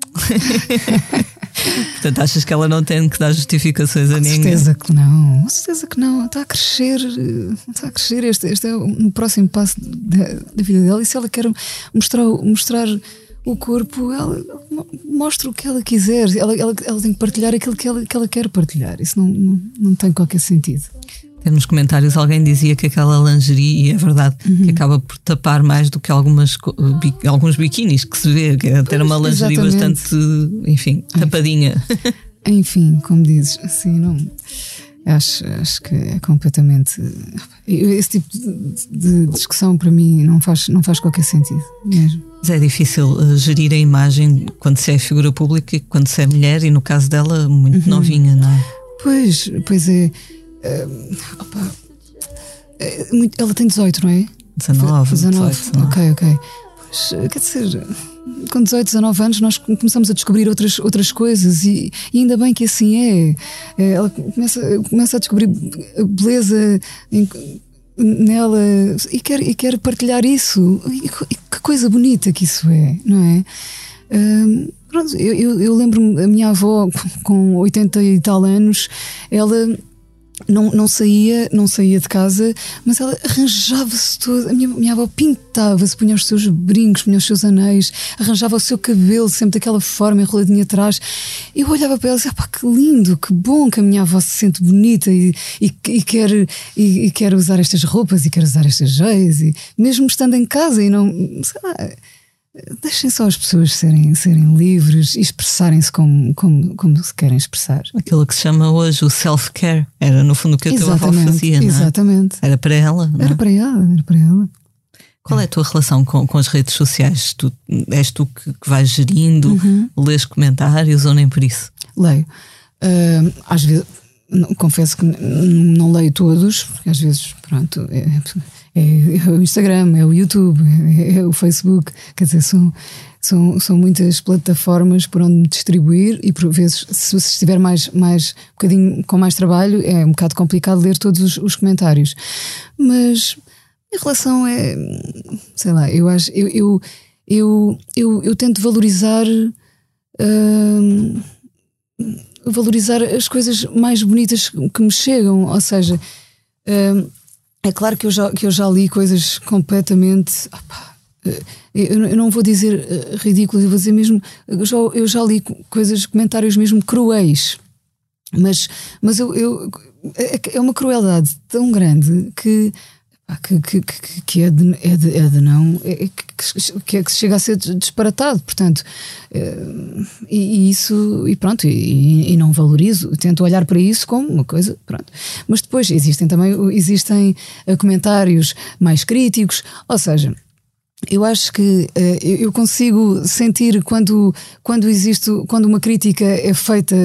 Portanto, achas que ela não tem que dar justificações a ninguém? Certeza que não. Está a crescer. Este é o próximo passo da vida dela. E se ela quer mostrar o corpo, ela mostra o que ela quiser. Ela tem que partilhar aquilo que ela quer partilhar. Isso não tem qualquer sentido. Nos comentários alguém dizia que aquela lingerie, e é verdade, que acaba por tapar mais do que alguns biquinis que se vê, que é ter uma lingerie bastante, enfim, tapadinha. Enfim, como dizes, assim, não, acho que é completamente... Esse tipo de discussão para mim não faz qualquer sentido mesmo. Mas é difícil gerir a imagem quando se é figura pública e quando se é mulher, e no caso dela muito novinha, não é? Pois é. Ela tem 18, não é? 19. Ok. quer dizer, com 18, 19 anos nós começamos a descobrir outras coisas e ainda bem que assim é. Ela começa a descobrir beleza nela e quer partilhar isso. E que coisa bonita que isso é, não é? Pronto, eu lembro-me, a minha avó com 80 e tal anos, ela não saía de casa, mas ela arranjava-se toda. A minha avó pintava-se, punha os seus brincos, punha os seus anéis, arranjava o seu cabelo sempre daquela forma, enroladinho atrás. Eu olhava para ela e dizia, pá, que lindo, que bom que a minha avó se sente bonita e quer usar estas roupas e quer usar estas joias, e mesmo estando em casa e não, sei lá. Deixem só as pessoas serem livres e expressarem-se como se querem expressar. Aquilo que se chama hoje o self-care. Era no fundo o que a tua avó fazia, não é? Exatamente. Era para ela, não é? Era para ela. Qual é a tua relação com as redes sociais? És tu que vais gerindo, lês comentários ou nem por isso? Leio. Às vezes, confesso que não leio todos, porque às vezes, pronto... É o Instagram, é o YouTube, é o Facebook, quer dizer, são muitas plataformas por onde me distribuir e por vezes, se estiver um bocadinho com mais trabalho, é um bocado complicado ler todos os comentários. Mas a relação é, sei lá, eu acho, eu tento valorizar as coisas mais bonitas que me chegam, ou seja, é claro que eu já li coisas completamente... Eu não vou dizer ridículas, eu vou dizer mesmo... Eu já li comentários mesmo cruéis. Mas é uma crueldade tão grande que é de não... que chega a ser disparatado, portanto... E isso... E pronto, e não valorizo. Tento olhar para isso como uma coisa... Pronto. Mas depois existem comentários mais críticos, ou seja... Eu acho que eu consigo sentir quando uma crítica é feita,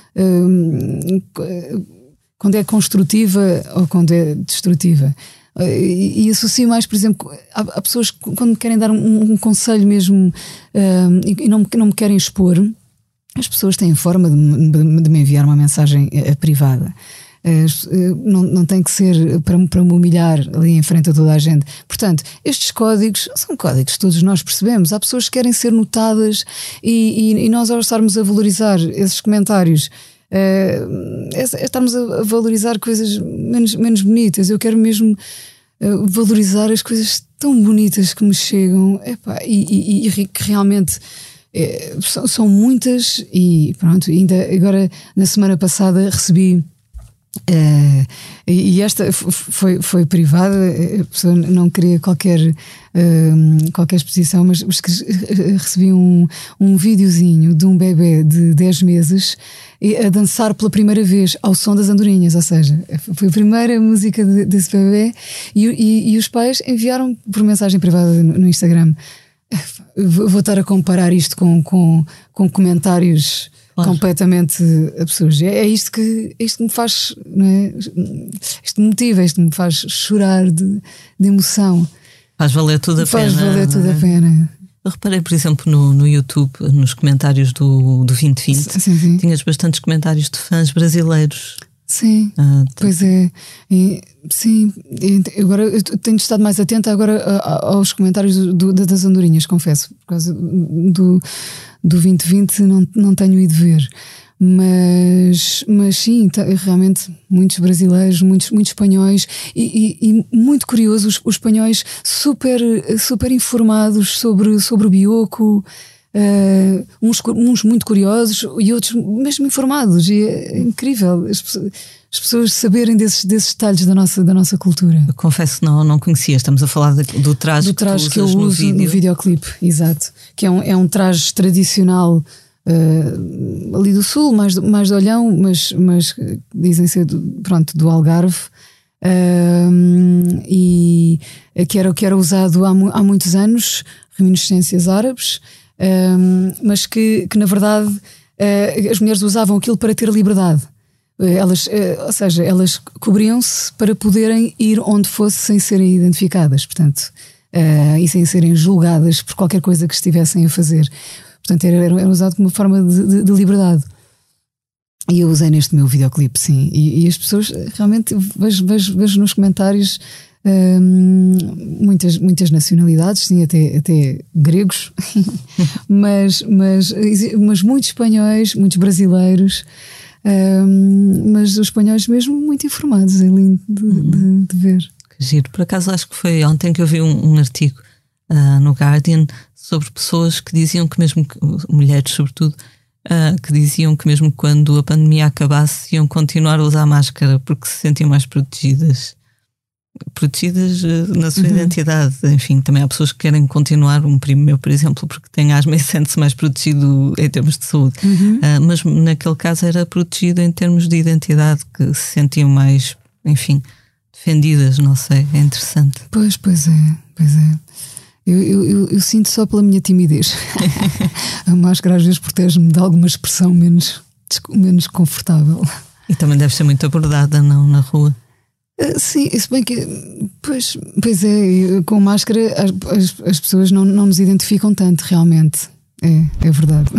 quando é construtiva ou quando é destrutiva. E associo mais, por exemplo, há pessoas que quando me querem dar um conselho mesmo e não me querem expor, as pessoas têm forma de me enviar uma mensagem privada. Não tem que ser para me humilhar ali em frente a toda a gente. Portanto, estes códigos são códigos que todos nós percebemos. Há pessoas que querem ser notadas e nós, ao estarmos a valorizar esses comentários, estarmos a valorizar coisas menos bonitas. Eu quero mesmo valorizar as coisas tão bonitas que me chegam, e que realmente são muitas. E pronto, ainda agora na semana passada recebi. E esta foi privada, a pessoa não queria qualquer exposição, mas recebi um videozinho de um bebê de 10 meses a dançar pela primeira vez ao som das andorinhas, ou seja, foi a primeira música desse bebê, e os pais enviaram por mensagem privada no Instagram. Vou estar a comparar isto com comentários completamente absurdos. É isto que me faz, não é? Isto me motiva, isto me faz chorar de emoção. Faz valer tudo a pena. Faz valer tudo a pena. Eu reparei, por exemplo, no YouTube, nos comentários do 2020, sim. Tinhas bastantes comentários de fãs brasileiros. Sim, pois é. Sim, agora eu tenho estado mais atenta agora aos comentários das andorinhas, confesso, por causa do 2020 não tenho ido ver, mas sim, realmente muitos brasileiros, muitos espanhóis e muito curiosos, os espanhóis super informados sobre o Bioko. Uns muito curiosos e outros mesmo informados, e é incrível as pessoas saberem desses detalhes da nossa cultura. Eu confesso que não conhecia. Estamos a falar do traje que eu uso no videoclipe, exato, que é um traje tradicional ali do sul, mais de Olhão, mas dizem ser do Algarve, e que era usado há muitos anos, reminiscências árabes. Mas que na verdade as mulheres usavam aquilo para ter liberdade. Ou seja, elas cobriam-se para poderem ir onde fosse sem serem identificadas. Portanto, e sem serem julgadas por qualquer coisa que estivessem a fazer. Portanto, era usado como uma forma de liberdade. E eu usei neste meu videoclipe, sim. E as pessoas, realmente, vejo nos comentários muitas nacionalidades, sim, até gregos, mas muitos espanhóis, muitos brasileiros, mas os espanhóis mesmo muito informados. É lindo de ver. Que giro. Por acaso, acho que foi ontem que eu vi um artigo no Guardian sobre pessoas que diziam que mesmo, mulheres sobretudo, que diziam que mesmo quando a pandemia acabasse iam continuar a usar máscara porque se sentiam mais protegidas na sua identidade. Enfim, também há pessoas que querem continuar, um primo meu, por exemplo, porque tem asma e sente-se mais protegido em termos de saúde. Mas naquele caso era protegido em termos de identidade, que se sentiam mais, enfim, defendidas, não sei, é interessante. Pois é. Eu sinto só pela minha timidez. A máscara às vezes protege-me de alguma expressão menos confortável. E também deve ser muito abordada, não, na rua? Sim, se bem que pois é, com máscara as pessoas não nos identificam tanto, realmente. É verdade.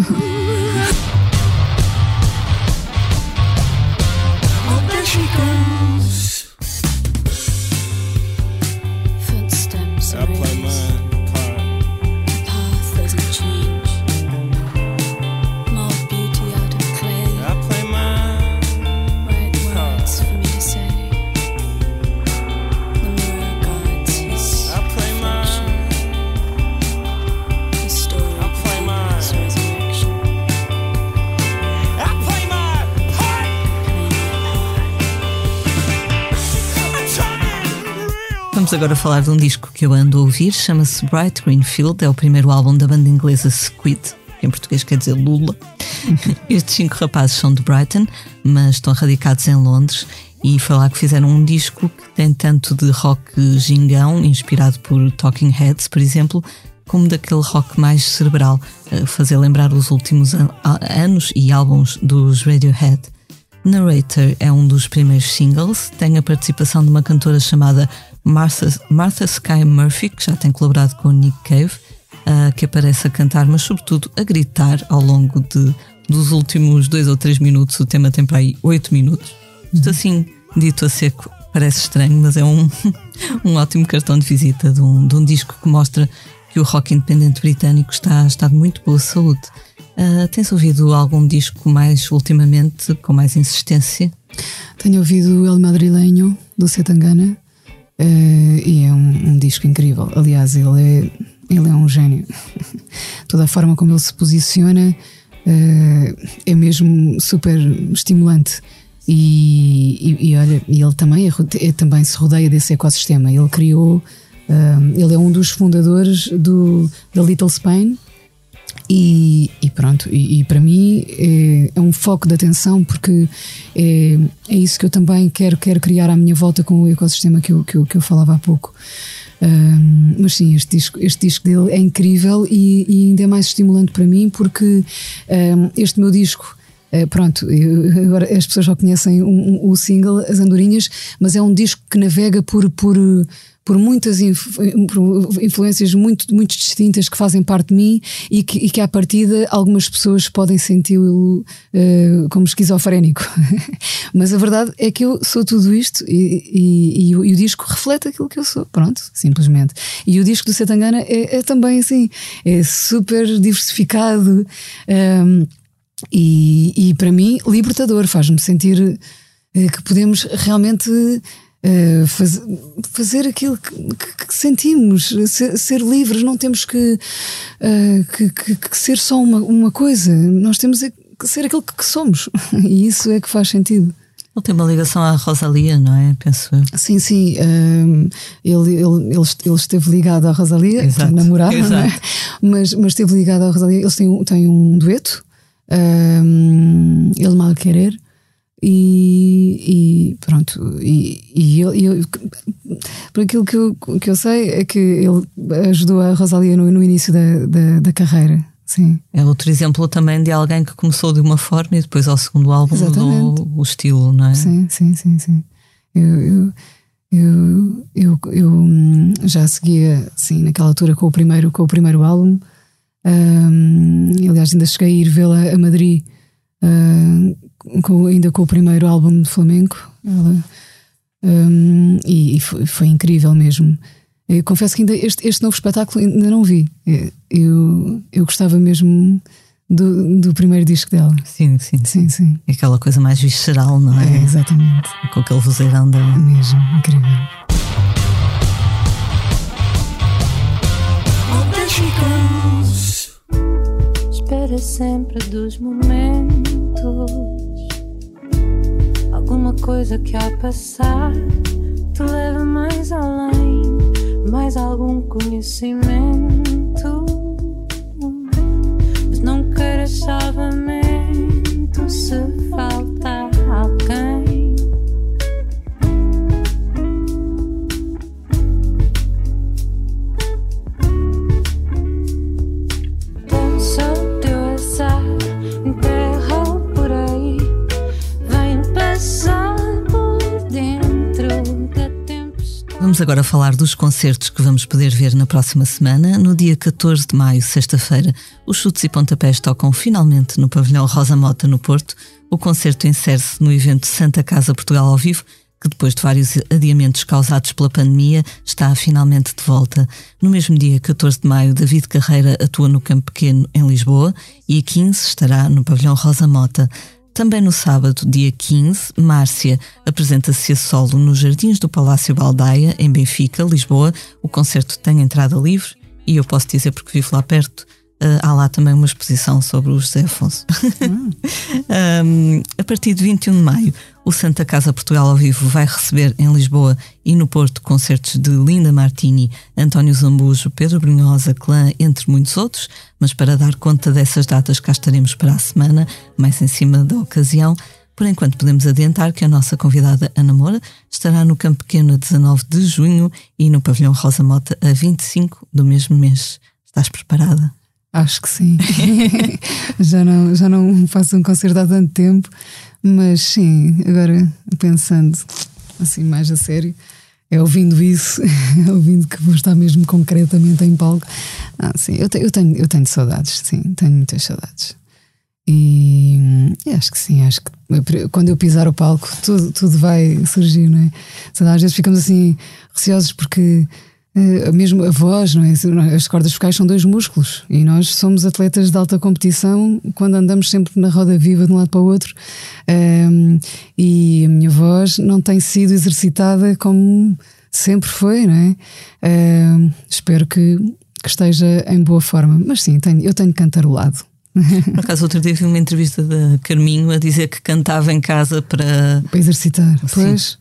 Vamos agora falar de um disco que eu ando a ouvir, chama-se Bright Green Field, é o primeiro álbum da banda inglesa Squid, que em português quer dizer Lula. Estes 5 rapazes são de Brighton, mas estão radicados em Londres, e foi lá que fizeram um disco que tem tanto de rock gingão, inspirado por Talking Heads, por exemplo, como daquele rock mais cerebral, a fazer lembrar os últimos anos e álbuns dos Radiohead. Narrator é um dos primeiros singles, tem a participação de uma cantora chamada Martha Sky Murphy, que já tem colaborado com o Nick Cave, que aparece a cantar, mas sobretudo a gritar ao longo dos últimos 2 ou 3 minutos. O tema tem para aí 8 minutos. Isto assim, dito a seco, parece estranho, mas é um ótimo cartão de visita de um disco que mostra que o rock independente britânico está de muito boa saúde. Tens ouvido algum disco mais ultimamente, com mais insistência? Tenho ouvido El Madrileño, do Zetangana. E é um disco incrível. Aliás, ele é um gênio. Toda a forma como ele se posiciona é mesmo super estimulante. E olha, ele também se rodeia desse ecossistema. Ele criou, ele é um dos fundadores da Little Spain. E pronto, e para mim é um foco de atenção, porque é isso que eu também quero criar à minha volta com o ecossistema que eu falava há pouco. Mas sim, este disco dele é incrível e ainda é mais estimulante para mim, porque este meu disco, pronto, agora as pessoas já conhecem o single As Andorinhas, mas é um disco que navega por muitas influências muito, muito distintas que fazem parte de mim e que à partida algumas pessoas podem senti-lo como esquizofrénico. Mas a verdade é que eu sou tudo isto e o disco reflete aquilo que eu sou, pronto, simplesmente. E o disco do Zetangana é também assim, é super diversificado e para mim libertador, faz-me sentir que podemos realmente fazer aquilo que sentimos, ser livres. Não temos que ser só uma coisa, nós temos que ser aquilo que somos, e isso é que faz sentido. Ele tem uma ligação à Rosalía, não é? Penso eu. Sim. Ele esteve ligado à Rosalía, namoraram, não é? Mas esteve ligado à Rosalía. Eles têm um dueto, El Mal Querer. E pronto, e eu, por aquilo que eu sei, é que ele ajudou a Rosalía no início da carreira. Sim. É outro exemplo também de alguém que começou de uma forma e depois ao segundo álbum mudou o estilo, não é? Sim. Eu já seguia, assim, naquela altura com o primeiro álbum. Aliás, ainda cheguei a ir vê-la a Madrid, ainda com o primeiro álbum de flamenco. E foi incrível mesmo. Eu confesso que ainda este novo espetáculo ainda não vi. Eu gostava mesmo do primeiro disco dela. Sim. É aquela coisa mais visceral, não é? É, exatamente. Com aquele vozeirão dela. Mesmo, incrível. Espera sempre dos momentos, alguma coisa que ao passar te leva mais além, mais algum conhecimento. Mas não queiras salvamento se falta alguém. Dança o teu azar, enterra por aí, vem passar por dentro da tempestade. Vamos agora falar dos concertos que vamos poder ver na próxima semana. No dia 14 de maio, sexta-feira, os Chutes e Pontapés tocam finalmente no pavilhão Rosa Mota, no Porto. O concerto insere-se no evento Santa Casa Portugal ao vivo, que depois de vários adiamentos causados pela pandemia, está finalmente de volta. No mesmo dia, 14 de maio, David Carreira atua no Campo Pequeno, em Lisboa, e a 15 estará no pavilhão Rosa Mota. Também no sábado, dia 15, Márcia apresenta-se a solo nos Jardins do Palácio Baldaia, em Benfica, Lisboa. O concerto tem entrada livre e eu posso dizer, porque vivo lá perto, há lá também uma exposição sobre o José Afonso. A partir de 21 de maio, o Santa Casa Portugal ao vivo vai receber em Lisboa e no Porto concertos de Linda Martini, António Zambujo, Pedro Brunhosa, Clã, entre muitos outros. Mas para dar conta dessas datas, cá estaremos para a semana, mais em cima da ocasião. Por enquanto podemos adiantar que a nossa convidada Ana Moura estará no Campo Pequeno a 19 de junho e no pavilhão Rosa Mota a 25 do mesmo mês. Estás preparada? Acho que sim. já não faço um concerto há tanto tempo, mas sim, agora pensando assim mais a sério, ouvindo isso, ouvindo que vou estar mesmo concretamente em palco. Sim, eu tenho saudades, sim, tenho muitas saudades. E acho que sim, acho que quando eu pisar o palco tudo vai surgir, não é? Às vezes ficamos assim receosos porque mesmo a voz, não é? As cordas vocais são 2 músculos e nós somos atletas de alta competição quando andamos sempre na roda viva de um lado para o outro, e a minha voz não tem sido exercitada como sempre foi, não é? Espero que esteja em boa forma, mas sim, eu tenho cantarolado. Por acaso outro dia vi uma entrevista da Carminho a dizer que cantava em casa para exercitar. Pois.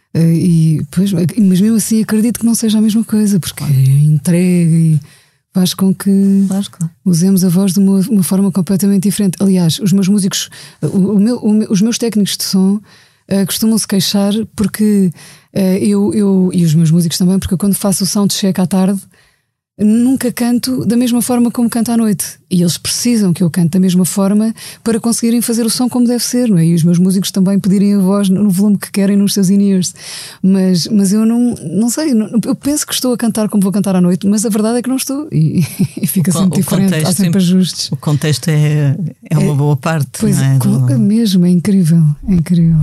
Mas mesmo assim acredito que não seja a mesma coisa, porque entrega e faz com que usemos a voz de uma forma completamente diferente. Aliás, os meus músicos, os meus técnicos de som costumam se queixar porque eu e os meus músicos também, porque quando faço o soundcheck à tarde nunca canto da mesma forma como canto à noite, e eles precisam que eu cante da mesma forma para conseguirem fazer o som como deve ser, não é? E os meus músicos também pedirem a voz no volume que querem nos seus in-ears, mas eu não sei, eu penso que estou a cantar como vou cantar à noite, mas a verdade é que não estou, e fica sempre diferente, há sempre ajustes. O contexto é uma boa parte, pois não é? Mesmo, é incrível, é incrível.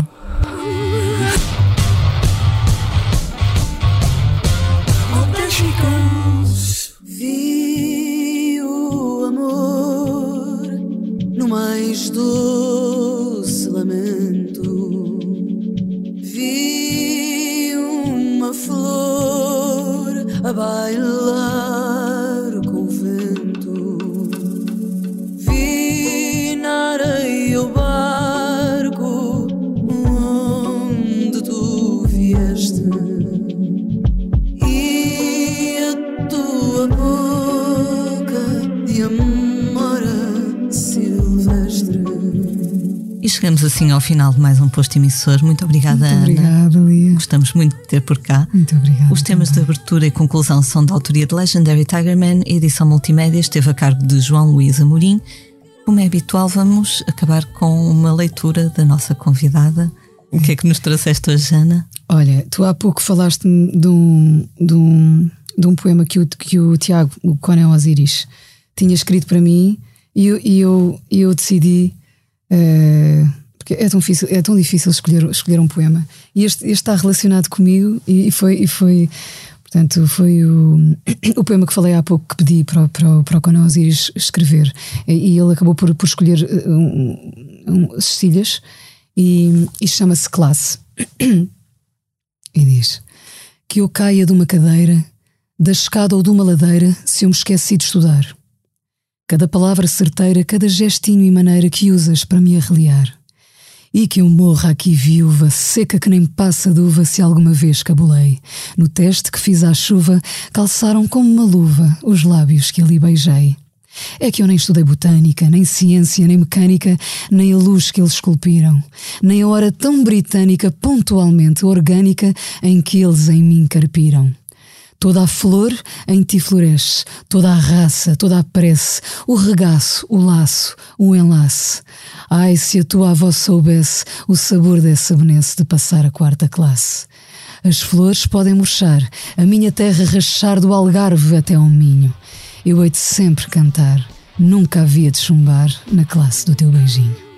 Vi o amor no mais doce lamento, vi uma flor a bailar com o vento, vi na areia o barco onde tu vieste. E chegamos assim ao final de mais um posto emissor. Muito obrigada, Ana. Muito obrigada, Lia. Gostamos muito de ter por cá. Muito obrigada. Os temas de abertura e conclusão são da autoria de Legendary Tigerman. A edição multimédia esteve a cargo de João Luís Amorim. Como é habitual, vamos acabar com uma leitura da nossa convidada. O que é que nos trouxeste hoje, Ana? Olha, tu há pouco falaste-me de um poema que o Tiago, o Conan Osiris, tinha escrito para mim e eu decidi, porque é tão difícil escolher um poema, e este está relacionado comigo e foi portanto, foi o poema que falei há pouco, que pedi para o Conan Osiris escrever, e ele acabou por escolher cestilhas, e chama-se Classe. E diz: que eu caia de uma cadeira, da escada ou de uma ladeira, se eu me esqueci de estudar. Cada palavra certeira, cada gestinho e maneira que usas para me arreliar. E que eu morra aqui viúva, seca que nem passa de uva, se alguma vez cabulei. No teste que fiz à chuva, calçaram como uma luva os lábios que ali beijei. É que eu nem estudei botânica, nem ciência, nem mecânica, nem a luz que eles esculpiram, nem a hora tão britânica, pontualmente orgânica, em que eles em mim carpiram. Toda a flor em ti floresce, toda a raça, toda a prece, o regaço, o laço, o enlace. Ai, se a tua avó soubesse o sabor dessa benesse de passar a 4ª classe. As flores podem murchar, a minha terra rachar do Algarve até ao Minho. Eu hei de sempre cantar, nunca havia de chumbar na classe do teu beijinho.